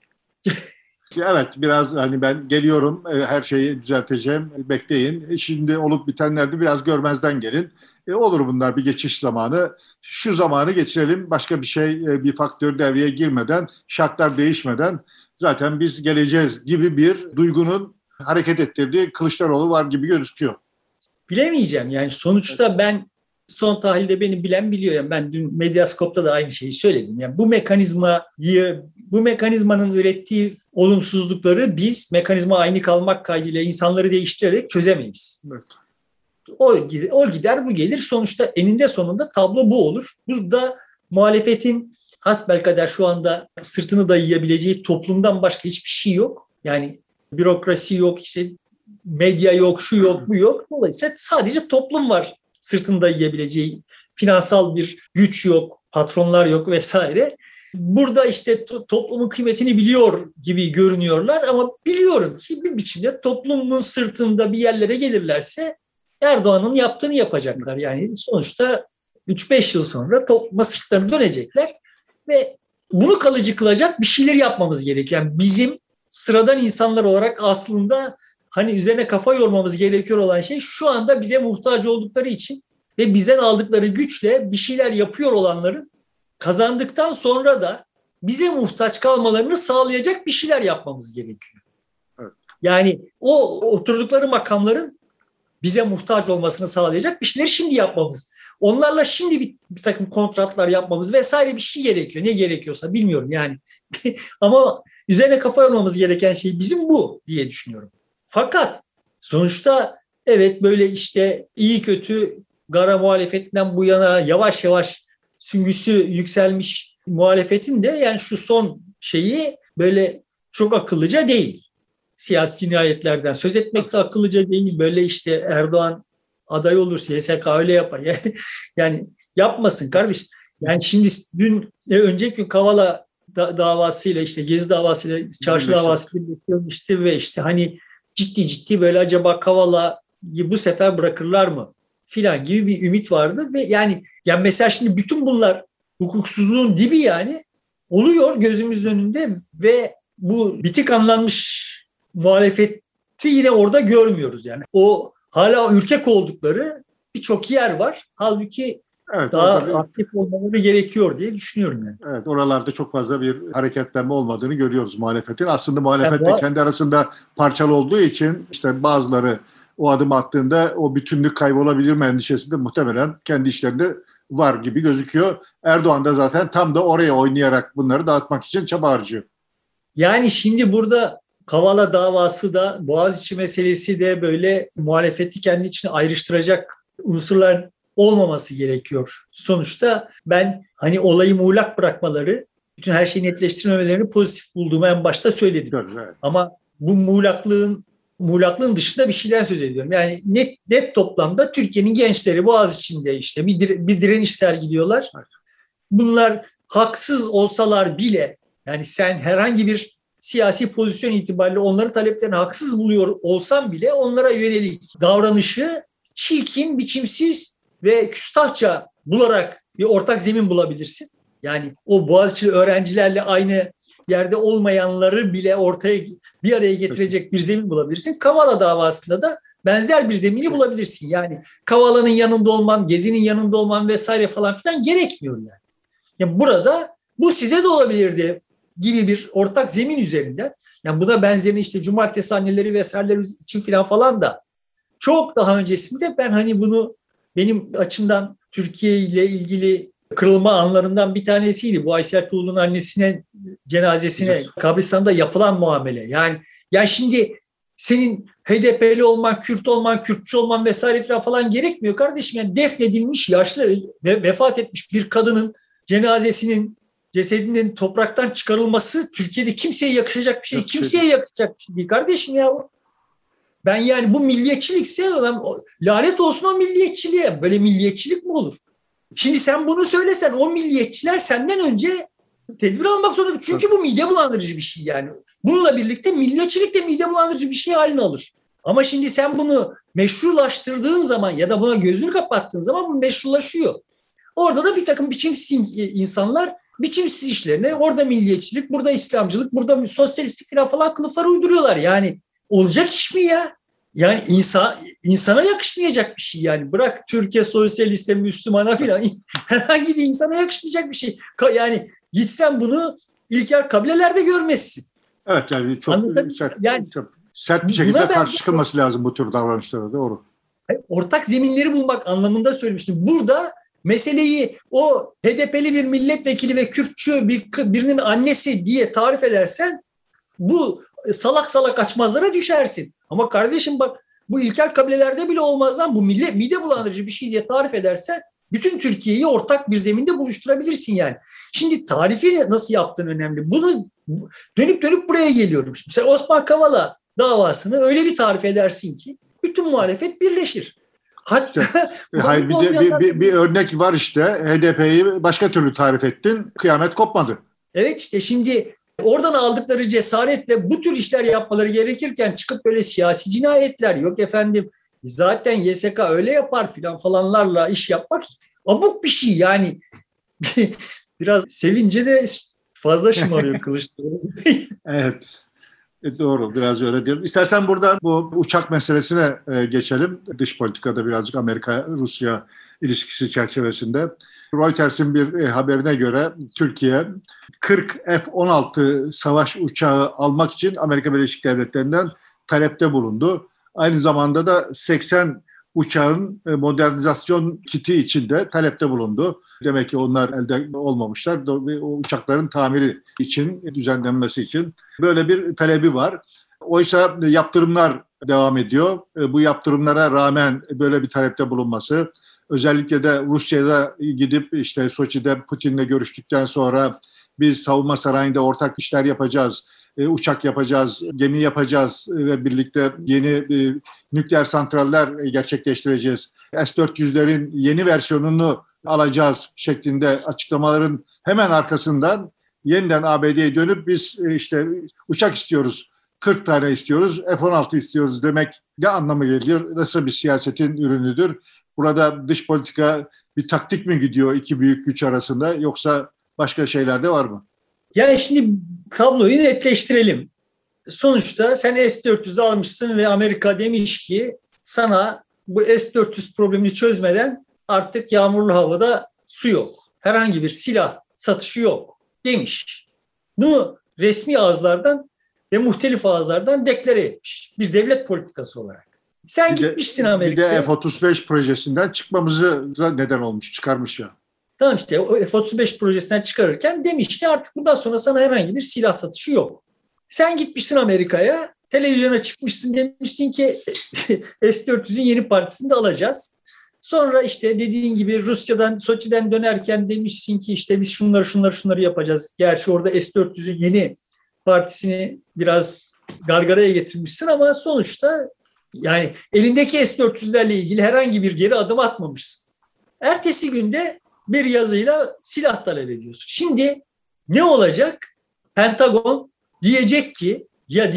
A: evet, biraz hani ben geliyorum, her şeyi düzelteceğim, bekleyin. Şimdi olup bitenlerde biraz görmezden gelin. Olur bunlar, bir geçiş zamanı. Şu zamanı geçirelim, başka bir şey, bir faktör devreye girmeden, şartlar değişmeden zaten biz geleceğiz gibi bir duygunun hareket ettirdiği Kılıçdaroğlu var gibi gözüküyor.
B: Bilemeyeceğim yani sonuçta ben son tahlilde beni bilen biliyor. Yani ben dün Medyaskop'ta da aynı şeyi söyledim. Yani bu mekanizmanın ürettiği olumsuzlukları biz mekanizma aynı kalmak kaydıyla insanları değiştirerek çözemeyiz. Evet. O gider bu gelir. Sonuçta eninde sonunda tablo bu olur. Burada muhalefetin hasbelkader şu anda sırtını dayayabileceği toplumdan başka hiçbir şey yok. Yani bürokrasi yok, işte medya yok, şu yok, bu yok. Dolayısıyla sadece toplum var sırtını dayayabileceği. Finansal bir güç yok, patronlar yok vesaire. Burada işte toplumun kıymetini biliyor gibi görünüyorlar ama biliyorum ki bir biçimde toplumun sırtında bir yerlere gelirlerse Erdoğan'ın yaptığını yapacaklar. Yani sonuçta 3-5 yıl sonra topluma sırtlarını dönecekler ve bunu kalıcı kılacak bir şeyler yapmamız gerekiyor. Yani bizim sıradan insanlar olarak aslında hani üzerine kafa yormamız gerekiyor olan şey şu anda bize muhtaç oldukları için ve bizden aldıkları güçle bir şeyler yapıyor olanların kazandıktan sonra da bize muhtaç kalmalarını sağlayacak bir şeyler yapmamız gerekiyor. Evet. Yani o oturdukları makamların bize muhtaç olmasını sağlayacak bir şeyleri şimdi yapmamız. Onlarla şimdi bir takım kontratlar yapmamız vesaire bir şey gerekiyor. Ne gerekiyorsa bilmiyorum yani. Ama üzerine kafa yormamız gereken şey bizim bu diye düşünüyorum. Fakat sonuçta evet böyle işte iyi kötü gara muhalefetinden bu yana yavaş yavaş süngüsü yükselmiş muhalefetin de yani şu son şeyi böyle çok akıllıca değil. Siyasi cinayetlerden söz etmek de akıllıca değil. Böyle işte Erdoğan aday olursa YSK öyle yapar. Yani yapmasın kardeş. Yani şimdi önceki gün Kavala davasıyla işte Gezi davasıyla Çarşı davası birleştirilmişti ve işte hani ciddi böyle acaba Kavala'yı bu sefer bırakırlar mı filan gibi bir ümit vardı ve yani mesela şimdi bütün bunlar hukuksuzluğun dibi yani oluyor gözümüzün önünde ve bu bitik anlanmış muhalefeti yine orada görmüyoruz yani. O hala ürkek oldukları birçok yer var. Halbuki evet, daha aktif olmaları gerekiyor diye düşünüyorum yani.
A: Evet, oralarda çok fazla bir hareketlenme olmadığını görüyoruz muhalefetin. Aslında muhalefet de kendi arasında parçalı olduğu için işte bazıları o adım attığında o bütünlük kaybolabilir mi endişesi de muhtemelen kendi işlerinde var gibi gözüküyor. Erdoğan da zaten tam da oraya oynayarak bunları dağıtmak için çaba harcıyor.
B: Yani şimdi burada Kavala davası da Boğaziçi meselesi de böyle muhalefeti kendi içine ayrıştıracak unsurlar olmaması gerekiyor. Sonuçta ben hani olayı muğlak bırakmaları, bütün her şeyi netleştirmemelerini pozitif bulduğumu en başta söyledim. Evet. Ama bu muğlaklığın dışında bir şeyden söz ediyorum. Yani net toplamda Türkiye'nin gençleri Boğaziçi'nde işte bir direniş sergiliyorlar. Evet. Bunlar haksız olsalar bile yani sen herhangi bir siyasi pozisyon itibariyle onların taleplerini haksız buluyor olsan bile onlara yönelik davranışı çirkin, biçimsiz ve küstahça bularak bir ortak zemin bulabilirsin. Yani o Boğaziçi öğrencilerle aynı yerde olmayanları bile ortaya bir araya getirecek bir zemin bulabilirsin. Kavala davasında da benzer bir zemini bulabilirsin. Yani Kavala'nın yanında olman, Gezi'nin yanında olman vesaire falan filan gerekmiyor yani. Yani burada bu size de olabilirdi gibi bir ortak zemin üzerinden. Yani buna benzerini işte cumartesi anneleri vesaireler için falan da çok daha öncesinde ben hani bunu benim açımdan Türkiye ile ilgili kırılma anlarından bir tanesiydi. Bu Aysel Tuğlu'nun annesine cenazesine kabristanda yapılan muamele. Yani şimdi senin HDP'li olman, Kürt olman, Kürtçü olman vesaire falan gerekmiyor kardeşim. Yani defnedilmiş, yaşlı ve vefat etmiş bir kadının cesedinin topraktan çıkarılması Türkiye'de kimseye yakışacak bir şey. Kimseye yakışacak bir şey değil kardeşim ya. Ben yani bu milliyetçilikse lanet olsun o milliyetçiliğe. Böyle milliyetçilik mi olur? Şimdi sen bunu söylesen o milliyetçiler senden önce tedbir almak zorunda. Çünkü bu mide bulandırıcı bir şey yani. Bununla birlikte milliyetçilik de mide bulandırıcı bir şey haline alır. Ama şimdi sen bunu meşrulaştırdığın zaman ya da buna gözünü kapattığın zaman bu meşrulaşıyor. Orada da bir takım biçimsiz insanlar biçimsiz işlerine orada milliyetçilik, burada İslamcılık, burada sosyalistlik falan kılıfları uyduruyorlar. Yani olacak iş mi ya? Yani insana yakışmayacak bir şey yani. Bırak Türkiye sosyaliste, Müslümana filan herhangi bir insana yakışmayacak bir şey. Yani gitsen bunu ilkel kabilelerde görmezsin.
A: Evet yani çok sert bir şekilde karşı çıkılması lazım bu tür davranışlara, doğru.
B: Ortak zeminleri bulmak anlamında söylemiştim. Burada meseleyi o HDP'li bir milletvekili ve Kürtçü birinin annesi diye tarif edersen bu salak salak açmazlara düşersin. Ama kardeşim bak bu ilkel kabilelerde bile olmaz lan. Bu mide bulandırıcı bir şey diye tarif edersen bütün Türkiye'yi ortak bir zeminde buluşturabilirsin yani. Şimdi tarifi nasıl yaptığın önemli. Bunu dönüp buraya geliyorum. Mesela Osman Kavala davasını öyle bir tarif edersin ki bütün muhalefet birleşir. Hatta
A: hayır, bir örnek var işte. HDP'yi başka türlü tarif ettin. Kıyamet kopmadı.
B: Evet işte şimdi oradan aldıkları cesaretle bu tür işler yapmaları gerekirken çıkıp böyle siyasi cinayetler yok efendim zaten YSK öyle yapar falanlarla iş yapmak abuk bir şey yani. Biraz sevince de fazla şımarıyor Kılıçdaroğlu.
A: Evet. Doğru, biraz öyle diyelim. İstersen buradan bu uçak meselesine geçelim. Dış politikada birazcık Amerika-Rusya ilişkisi çerçevesinde. Reuters'in bir haberine göre Türkiye 40 F-16 savaş uçağı almak için Amerika Birleşik Devletleri'nden talepte bulundu. Aynı zamanda da 80 uçağın modernizasyon kiti için de talepte bulundu. Demek ki onlar elde olmamışlar. O uçakların tamiri için, düzenlenmesi için böyle bir talebi var. Oysa yaptırımlar devam ediyor. Bu yaptırımlara rağmen böyle bir talepte bulunması, özellikle de Rusya'da gidip işte Soçi'de Putin'le görüştükten sonra biz savunma sanayinde ortak işler yapacağız, uçak yapacağız, gemi yapacağız ve birlikte yeni nükleer santraller gerçekleştireceğiz. S-400'lerin yeni versiyonunu alacağız şeklinde açıklamaların hemen arkasından yeniden ABD'ye dönüp biz işte uçak istiyoruz, 40 tane istiyoruz, F-16 istiyoruz demek ne anlamı geliyor? Nasıl bir siyasetin ürünüdür? Burada dış politika bir taktik mi gidiyor iki büyük güç arasında yoksa başka şeyler de var mı?
B: Yani şimdi tabloyu netleştirelim. Sonuçta sen S-400'ü almışsın ve Amerika demiş ki sana bu S-400 problemini çözmeden artık yağmurlu havada su yok. Herhangi bir silah satışı yok demiş. Bunu resmi ağızlardan ve muhtelif ağızlardan deklare etmiş. Bir devlet politikası olarak. Sen gitmişsin Amerika'ya.
A: Bir de F-35 projesinden çıkmamızı neden olmuş, çıkarmış ya.
B: Tamam işte o F-35 projesinden çıkarırken demiş ki artık bundan sonra sana herhangi bir silah satışı yok. Sen gitmişsin Amerika'ya, televizyona çıkmışsın demişsin ki S-400'ün yeni partisini de alacağız. Sonra işte dediğin gibi Rusya'dan, Soçi'den dönerken demişsin ki işte biz şunları yapacağız. Gerçi orada S-400'ün yeni partisini biraz gargaraya getirmişsin ama sonuçta yani elindeki S-400'lerle ilgili herhangi bir geri adım atmamışsın. Ertesi günde bir yazıyla silah talep ediyorsun. Şimdi ne olacak? Pentagon diyecek ki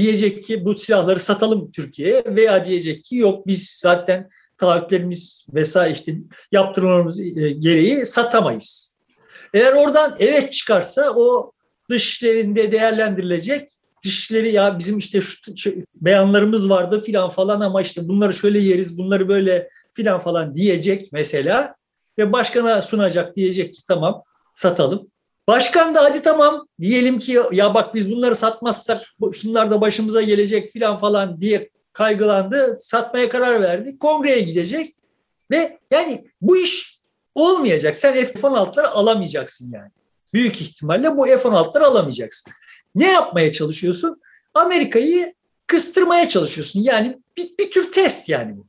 B: bu silahları satalım Türkiye'ye veya diyecek ki yok biz zaten taahhütlerimiz vesaire işte yaptırmamız gereği satamayız. Eğer oradan evet çıkarsa o dışişlerinde değerlendirilecek. Dışişleri ya bizim işte şu beyanlarımız vardı filan falan ama işte bunları şöyle yeriz, bunları böyle filan falan diyecek mesela ve başkana sunacak, diyecek ki tamam satalım. Başkan da hadi tamam diyelim ki ya bak biz bunları satmazsak şunlar da başımıza gelecek filan falan diye kaygılandı. Satmaya karar verdi. Kongreye gidecek ve yani bu iş olmayacak. Sen F-16'ları alamayacaksın yani. Büyük ihtimalle bu F-16'ları alamayacaksın. Ne yapmaya çalışıyorsun? Amerika'yı kıstırmaya çalışıyorsun. Yani bir tür test yani bu.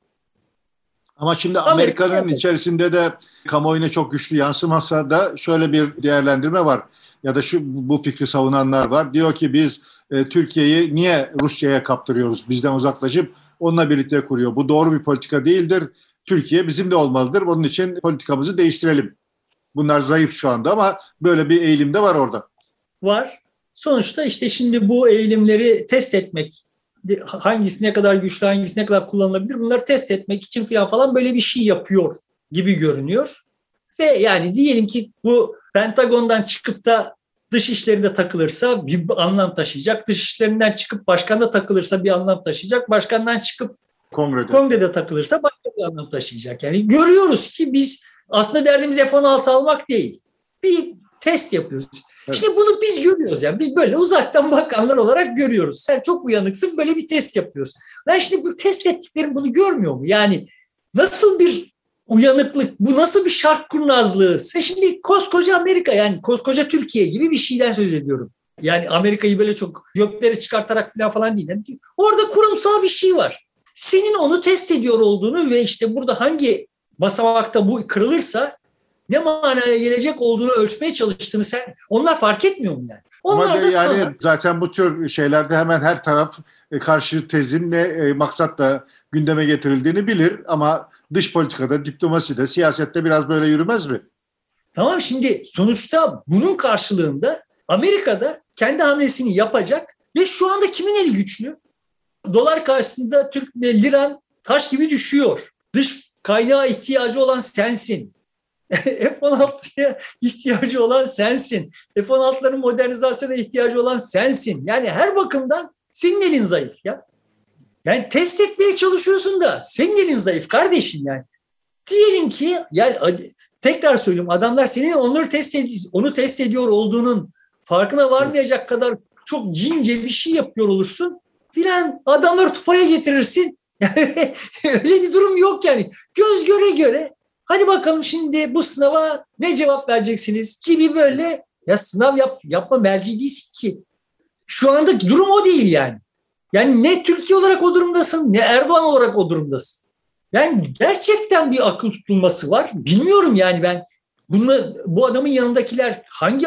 A: Ama şimdi Amerika'nın içerisinde de kamuoyuna çok güçlü yansımasa da şöyle bir değerlendirme var. Ya da bu fikri savunanlar var. Diyor ki biz Türkiye'yi niye Rusya'ya kaptırıyoruz? Bizden uzaklaşıp onunla birlikte kuruyor. Bu doğru bir politika değildir. Türkiye bizim de olmalıdır. Onun için politikamızı değiştirelim. Bunlar zayıf şu anda ama böyle bir eğilim de var orada.
B: Var. Sonuçta işte şimdi bu eğilimleri test etmek, hangisi ne kadar güçlü, hangisi ne kadar kullanılabilir bunları test etmek için falan böyle bir şey yapıyor gibi görünüyor. Ve yani diyelim ki bu Pentagon'dan çıkıp da dış işlerinde takılırsa bir anlam taşıyacak. Dış işlerinden çıkıp başkanda takılırsa bir anlam taşıyacak. Başkandan çıkıp kongrede takılırsa başka bir anlam taşıyacak. Yani görüyoruz ki biz aslında derdimiz F-16 almak değil. Bir test yapıyoruz. Evet. Şimdi bunu biz görüyoruz yani. Biz böyle uzaktan bakanlar olarak görüyoruz. Sen çok uyanıksın, böyle bir test yapıyoruz. Ben şimdi bu test ettiklerim bunu görmüyor mu? Yani nasıl bir uyanıklık, bu nasıl bir şark kurnazlığı? Sen şimdi koskoca Amerika, yani koskoca Türkiye gibi bir şeyden söz ediyorum. Yani Amerika'yı böyle çok göklere çıkartarak falan değil. Yani orada kurumsal bir şey var. Senin onu test ediyor olduğunu ve işte burada hangi basamakta bu kırılırsa ne manaya gelecek olduğunu ölçmeye çalıştığını onlar fark etmiyor mu yani? Onlar
A: ama da yani zaten bu tür şeylerde hemen her taraf karşı tezin ne maksatla gündeme getirildiğini bilir ama dış politikada, diplomaside, siyasette biraz böyle yürümez mi?
B: Tamam, şimdi sonuçta bunun karşılığında Amerika'da kendi hamlesini yapacak ve şu anda kimin eli güçlü? Dolar karşısında Türk liran taş gibi düşüyor. Dış kaynağa ihtiyacı olan sensin. F-16'ya ihtiyacı olan sensin. F-16'ların modernizasyona ihtiyacı olan sensin. Yani her bakımdan senin elin zayıf ya. Yani test etmeye çalışıyorsun da senin elin zayıf kardeşim yani. Diyelim ki yani tekrar söylüyorum, adamlar senin onu test ediyor olduğunun farkına varmayacak kadar çok cince bir şey yapıyor olursun filan, adamları tufaya getirirsin. Öyle bir durum yok yani. Göz göre göre hadi bakalım şimdi bu sınava ne cevap vereceksiniz gibi böyle, ya sınav yapma merci değilsin ki. Şu anda durum o değil yani. Yani ne Türkiye olarak o durumdasın, ne Erdoğan olarak o durumdasın. Yani gerçekten bir akıl tutulması var. Bilmiyorum yani ben bu adamın yanındakiler hangi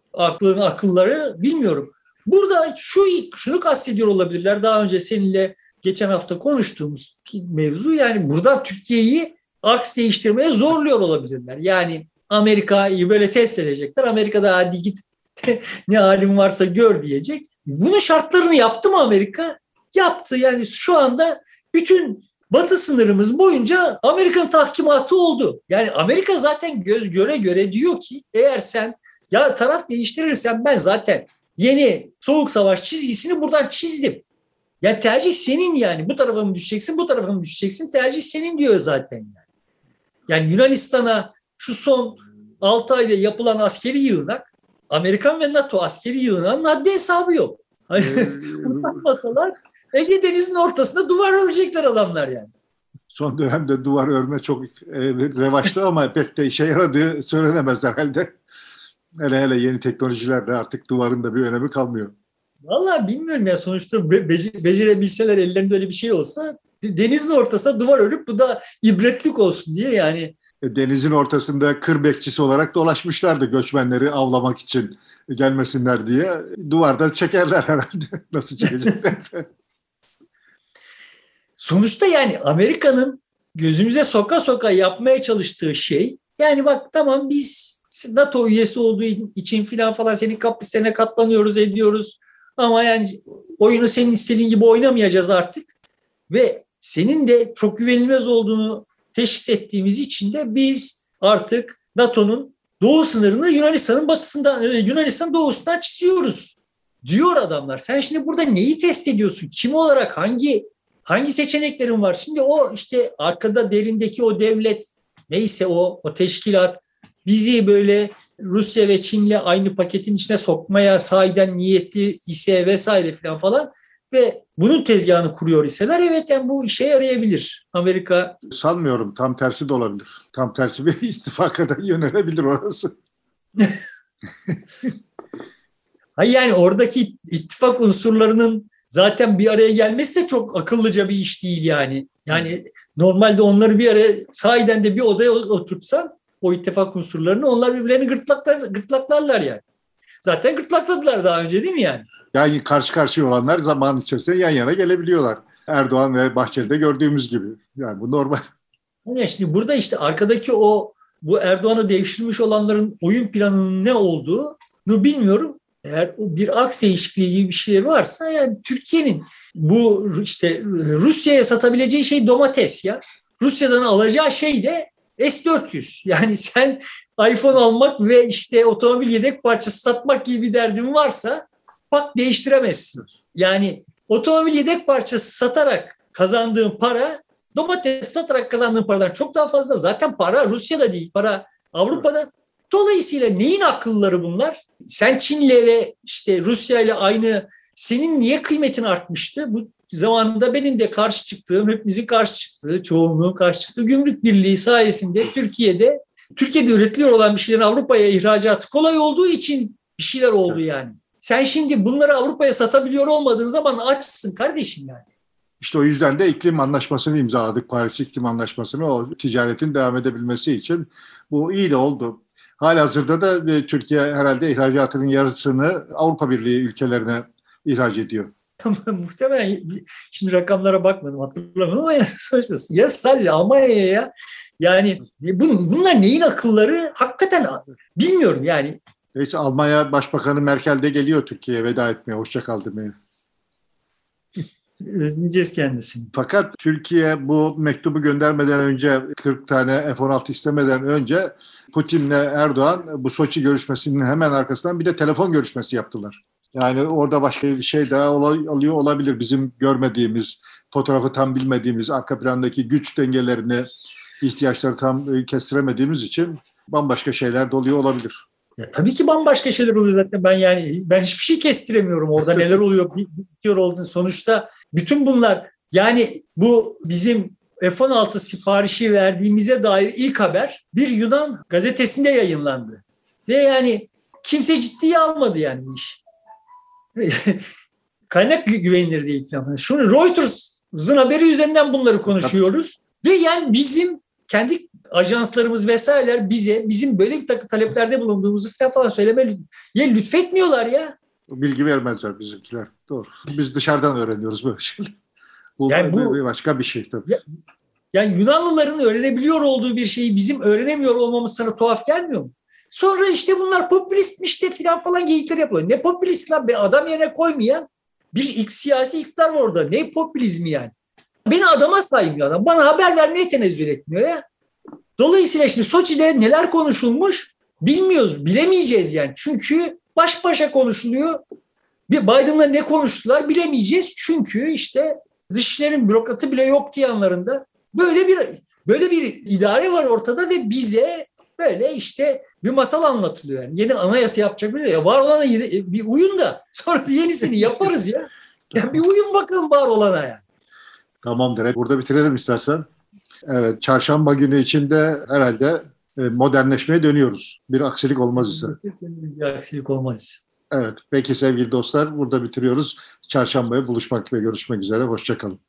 B: akılları bilmiyorum. Burada şunu kastediyor olabilirler. Daha önce seninle geçen hafta konuştuğumuz mevzu, yani buradan Türkiye'yi aks değiştirmeye zorluyor olabilirler. Yani Amerika'yı böyle test edecekler. Amerika'da hadi git ne halin varsa gör diyecek. Bunun şartlarını yaptı mı Amerika? Yaptı. Yani şu anda bütün batı sınırımız boyunca Amerikan tahkimatı oldu. Yani Amerika zaten göz göre göre diyor ki eğer sen ya taraf değiştirirsen ben zaten yeni soğuk savaş çizgisini buradan çizdim. Ya tercih senin yani. Bu tarafa mı düşeceksin, bu tarafa mı düşeceksin? Tercih senin diyor zaten yani. Yani Yunanistan'a şu son 6 ayda yapılan askeri yığınak, Amerikan ve NATO askeri yığınağının haddi hesabı yok. Utanmasalar Ege Denizi'nin ortasında duvar örecekler adamlar yani.
A: Son dönemde duvar örme çok revaçta ama pek de işe yaradığı söylenemez herhalde. Hele yeni teknolojilerle artık duvarın da bir önemi kalmıyor.
B: Vallahi bilmiyorum ya, sonuçta becerebilseler, ellerinde öyle bir şey olsa denizin ortasına duvar örüp bu da ibretlik olsun diye yani.
A: Denizin ortasında kır bekçisi olarak dolaşmışlardı göçmenleri avlamak için gelmesinler diye. Duvarda çekerler herhalde. Nasıl çekeceklerse.
B: Sonuçta yani Amerika'nın gözümüze soka soka yapmaya çalıştığı şey, yani bak tamam biz NATO üyesi olduğu için falan senin kaprisine katlanıyoruz ediyoruz ama yani oyunu senin istediğin gibi oynamayacağız artık ve senin de çok güvenilmez olduğunu teşhis ettiğimiz için de biz artık NATO'nun doğu sınırını Yunanistan'ın batısından, Yunanistan doğusundan çiziyoruz diyor adamlar. Sen şimdi burada neyi test ediyorsun? Kim olarak hangi seçeneklerin var? Şimdi o işte arkada derindeki o devlet neyse o teşkilat bizi böyle Rusya ve Çin'le aynı paketin içine sokmaya sahiden niyetli ise vesaire falan ve bunun tezgahını kuruyor iseler evet yani bu işe yarayabilir. Amerika
A: sanmıyorum, tam tersi de olabilir. Tam tersi bir istifaka da yönelebilir orası.
B: Hayır yani oradaki ittifak unsurlarının zaten bir araya gelmesi de çok akıllıca bir iş değil yani. Yani normalde onları bir araya sahiden de bir odaya oturtsan o ittifak unsurlarını onlar birbirlerini gırtlaklarlar yani. Zaten gırtlakladılar daha önce değil mi yani?
A: Yani karşı karşıya olanlar zaman içerisinde yan yana gelebiliyorlar. Erdoğan ve Bahçeli'de gördüğümüz gibi. Yani bu normal.
B: Yani şimdi burada işte arkadaki bu Erdoğan'ı devşirmiş olanların oyun planının ne olduğunu bilmiyorum. Eğer o bir aks değişikliği gibi bir şey varsa yani Türkiye'nin bu işte Rusya'ya satabileceği şey domates ya. Rusya'dan alacağı şey de S-400. Yani sen iPhone almak ve işte otomobil yedek parçası satmak gibi bir derdin varsa bak değiştiremezsin. Yani otomobil yedek parçası satarak kazandığın para domates satarak kazandığın paradan çok daha fazla. Zaten para Rusya'da değil, para Avrupa'da. Dolayısıyla neyin akılları bunlar? Sen Çin'le ve işte Rusya'yla aynı, senin niye kıymetin artmıştı? Bu zamanında benim de karşı çıktığım, hepimizin karşı çıktığı, çoğunluğun karşı çıktığı gümrük birliği sayesinde Türkiye'de üretiliyor olan bir şeylerin Avrupa'ya ihracatı kolay olduğu için bir şeyler oldu yani. Sen şimdi bunları Avrupa'ya satabiliyor olmadığın zaman açsın kardeşim yani.
A: İşte o yüzden de iklim anlaşmasını imzaladık. Paris İklim Anlaşması'nı, o ticaretin devam edebilmesi için. Bu iyi de oldu. Halihazırda da Türkiye herhalde ihracatının yarısını Avrupa Birliği ülkelerine ihraç ediyor.
B: Muhtemelen şimdi rakamlara bakmadım hatırlamıyorum ama sonuçta ya sadece Almanya'ya yani bunlar neyin akılları hakikaten bilmiyorum yani.
A: Neyse, Almanya Başbakanı Merkel de geliyor Türkiye'ye veda etmeye, hoşça kal demeye.
B: Özleyeceğiz kendisini.
A: Fakat Türkiye bu mektubu göndermeden önce, 40 tane F-16 istemeden önce Putin'le Erdoğan bu Soçi görüşmesinin hemen arkasından bir de telefon görüşmesi yaptılar. Yani orada başka bir şey daha alıyor olabilir. Bizim görmediğimiz, fotoğrafı tam bilmediğimiz, arka plandaki güç dengelerini, ihtiyaçları tam kestiremediğimiz için bambaşka şeyler de oluyor olabilir.
B: Ya tabii ki bambaşka şeyler oluyor zaten. Ben hiçbir şey kestiremiyorum orada neler oluyor, bitiyor olduğunu. Sonuçta bütün bunlar yani bu bizim F-16 siparişi verdiğimize dair ilk haber bir Yunan gazetesinde yayınlandı. Ve yani kimse ciddiye almadı yani bu iş. Kaynak güvenilir değil falan. Şunu Reuters'ın haberi üzerinden bunları konuşuyoruz. Ve yani bizim kendi ajanslarımız vesaireler bizim böyle bir takım taleplerde bulunduğumuzu falan söylemeye lütfetmiyorlar ya.
A: Bilgi vermezler bizimkiler. Doğru. Biz dışarıdan öğreniyoruz böyle şeyleri. Bu başka bir şey tabii.
B: Yani Yunanlıların öğrenebiliyor olduğu bir şeyi bizim öğrenemiyor olmamız sana tuhaf gelmiyor mu? Sonra işte bunlar popülistmiş de falan geyikler yapıyor. Ne popülist lan? Adam yerine koymayan bir siyasi iktidar var orada. Ne popülizmi yani? Beni adama saymıyor adam. Bana haber vermeye tenezzül etmiyor ya. Dolayısıyla şimdi Soçi'de neler konuşulmuş bilmiyoruz. Bilemeyeceğiz yani. Çünkü baş başa konuşuluyor. Biden'la ne konuştular bilemeyeceğiz. Çünkü işte dışişlerin bürokratı bile yoktu yanlarında. Böyle bir idare var ortada ve bize böyle işte bir masal anlatılıyor. Yani yeni anayasa yapacak bir ya var olana bir uyun da sonra yenisini yaparız ya. Ya bir uyun bakın var olana ya.
A: Tamamdır. Burada bitirelim istersen. Evet, çarşamba günü içinde herhalde modernleşmeye dönüyoruz. Bir aksilik olmaz ise.
B: Bir aksilik olmaz ise.
A: Evet, peki sevgili dostlar, burada bitiriyoruz. Çarşambaya buluşmak ve görüşmek üzere. Hoşça kalın.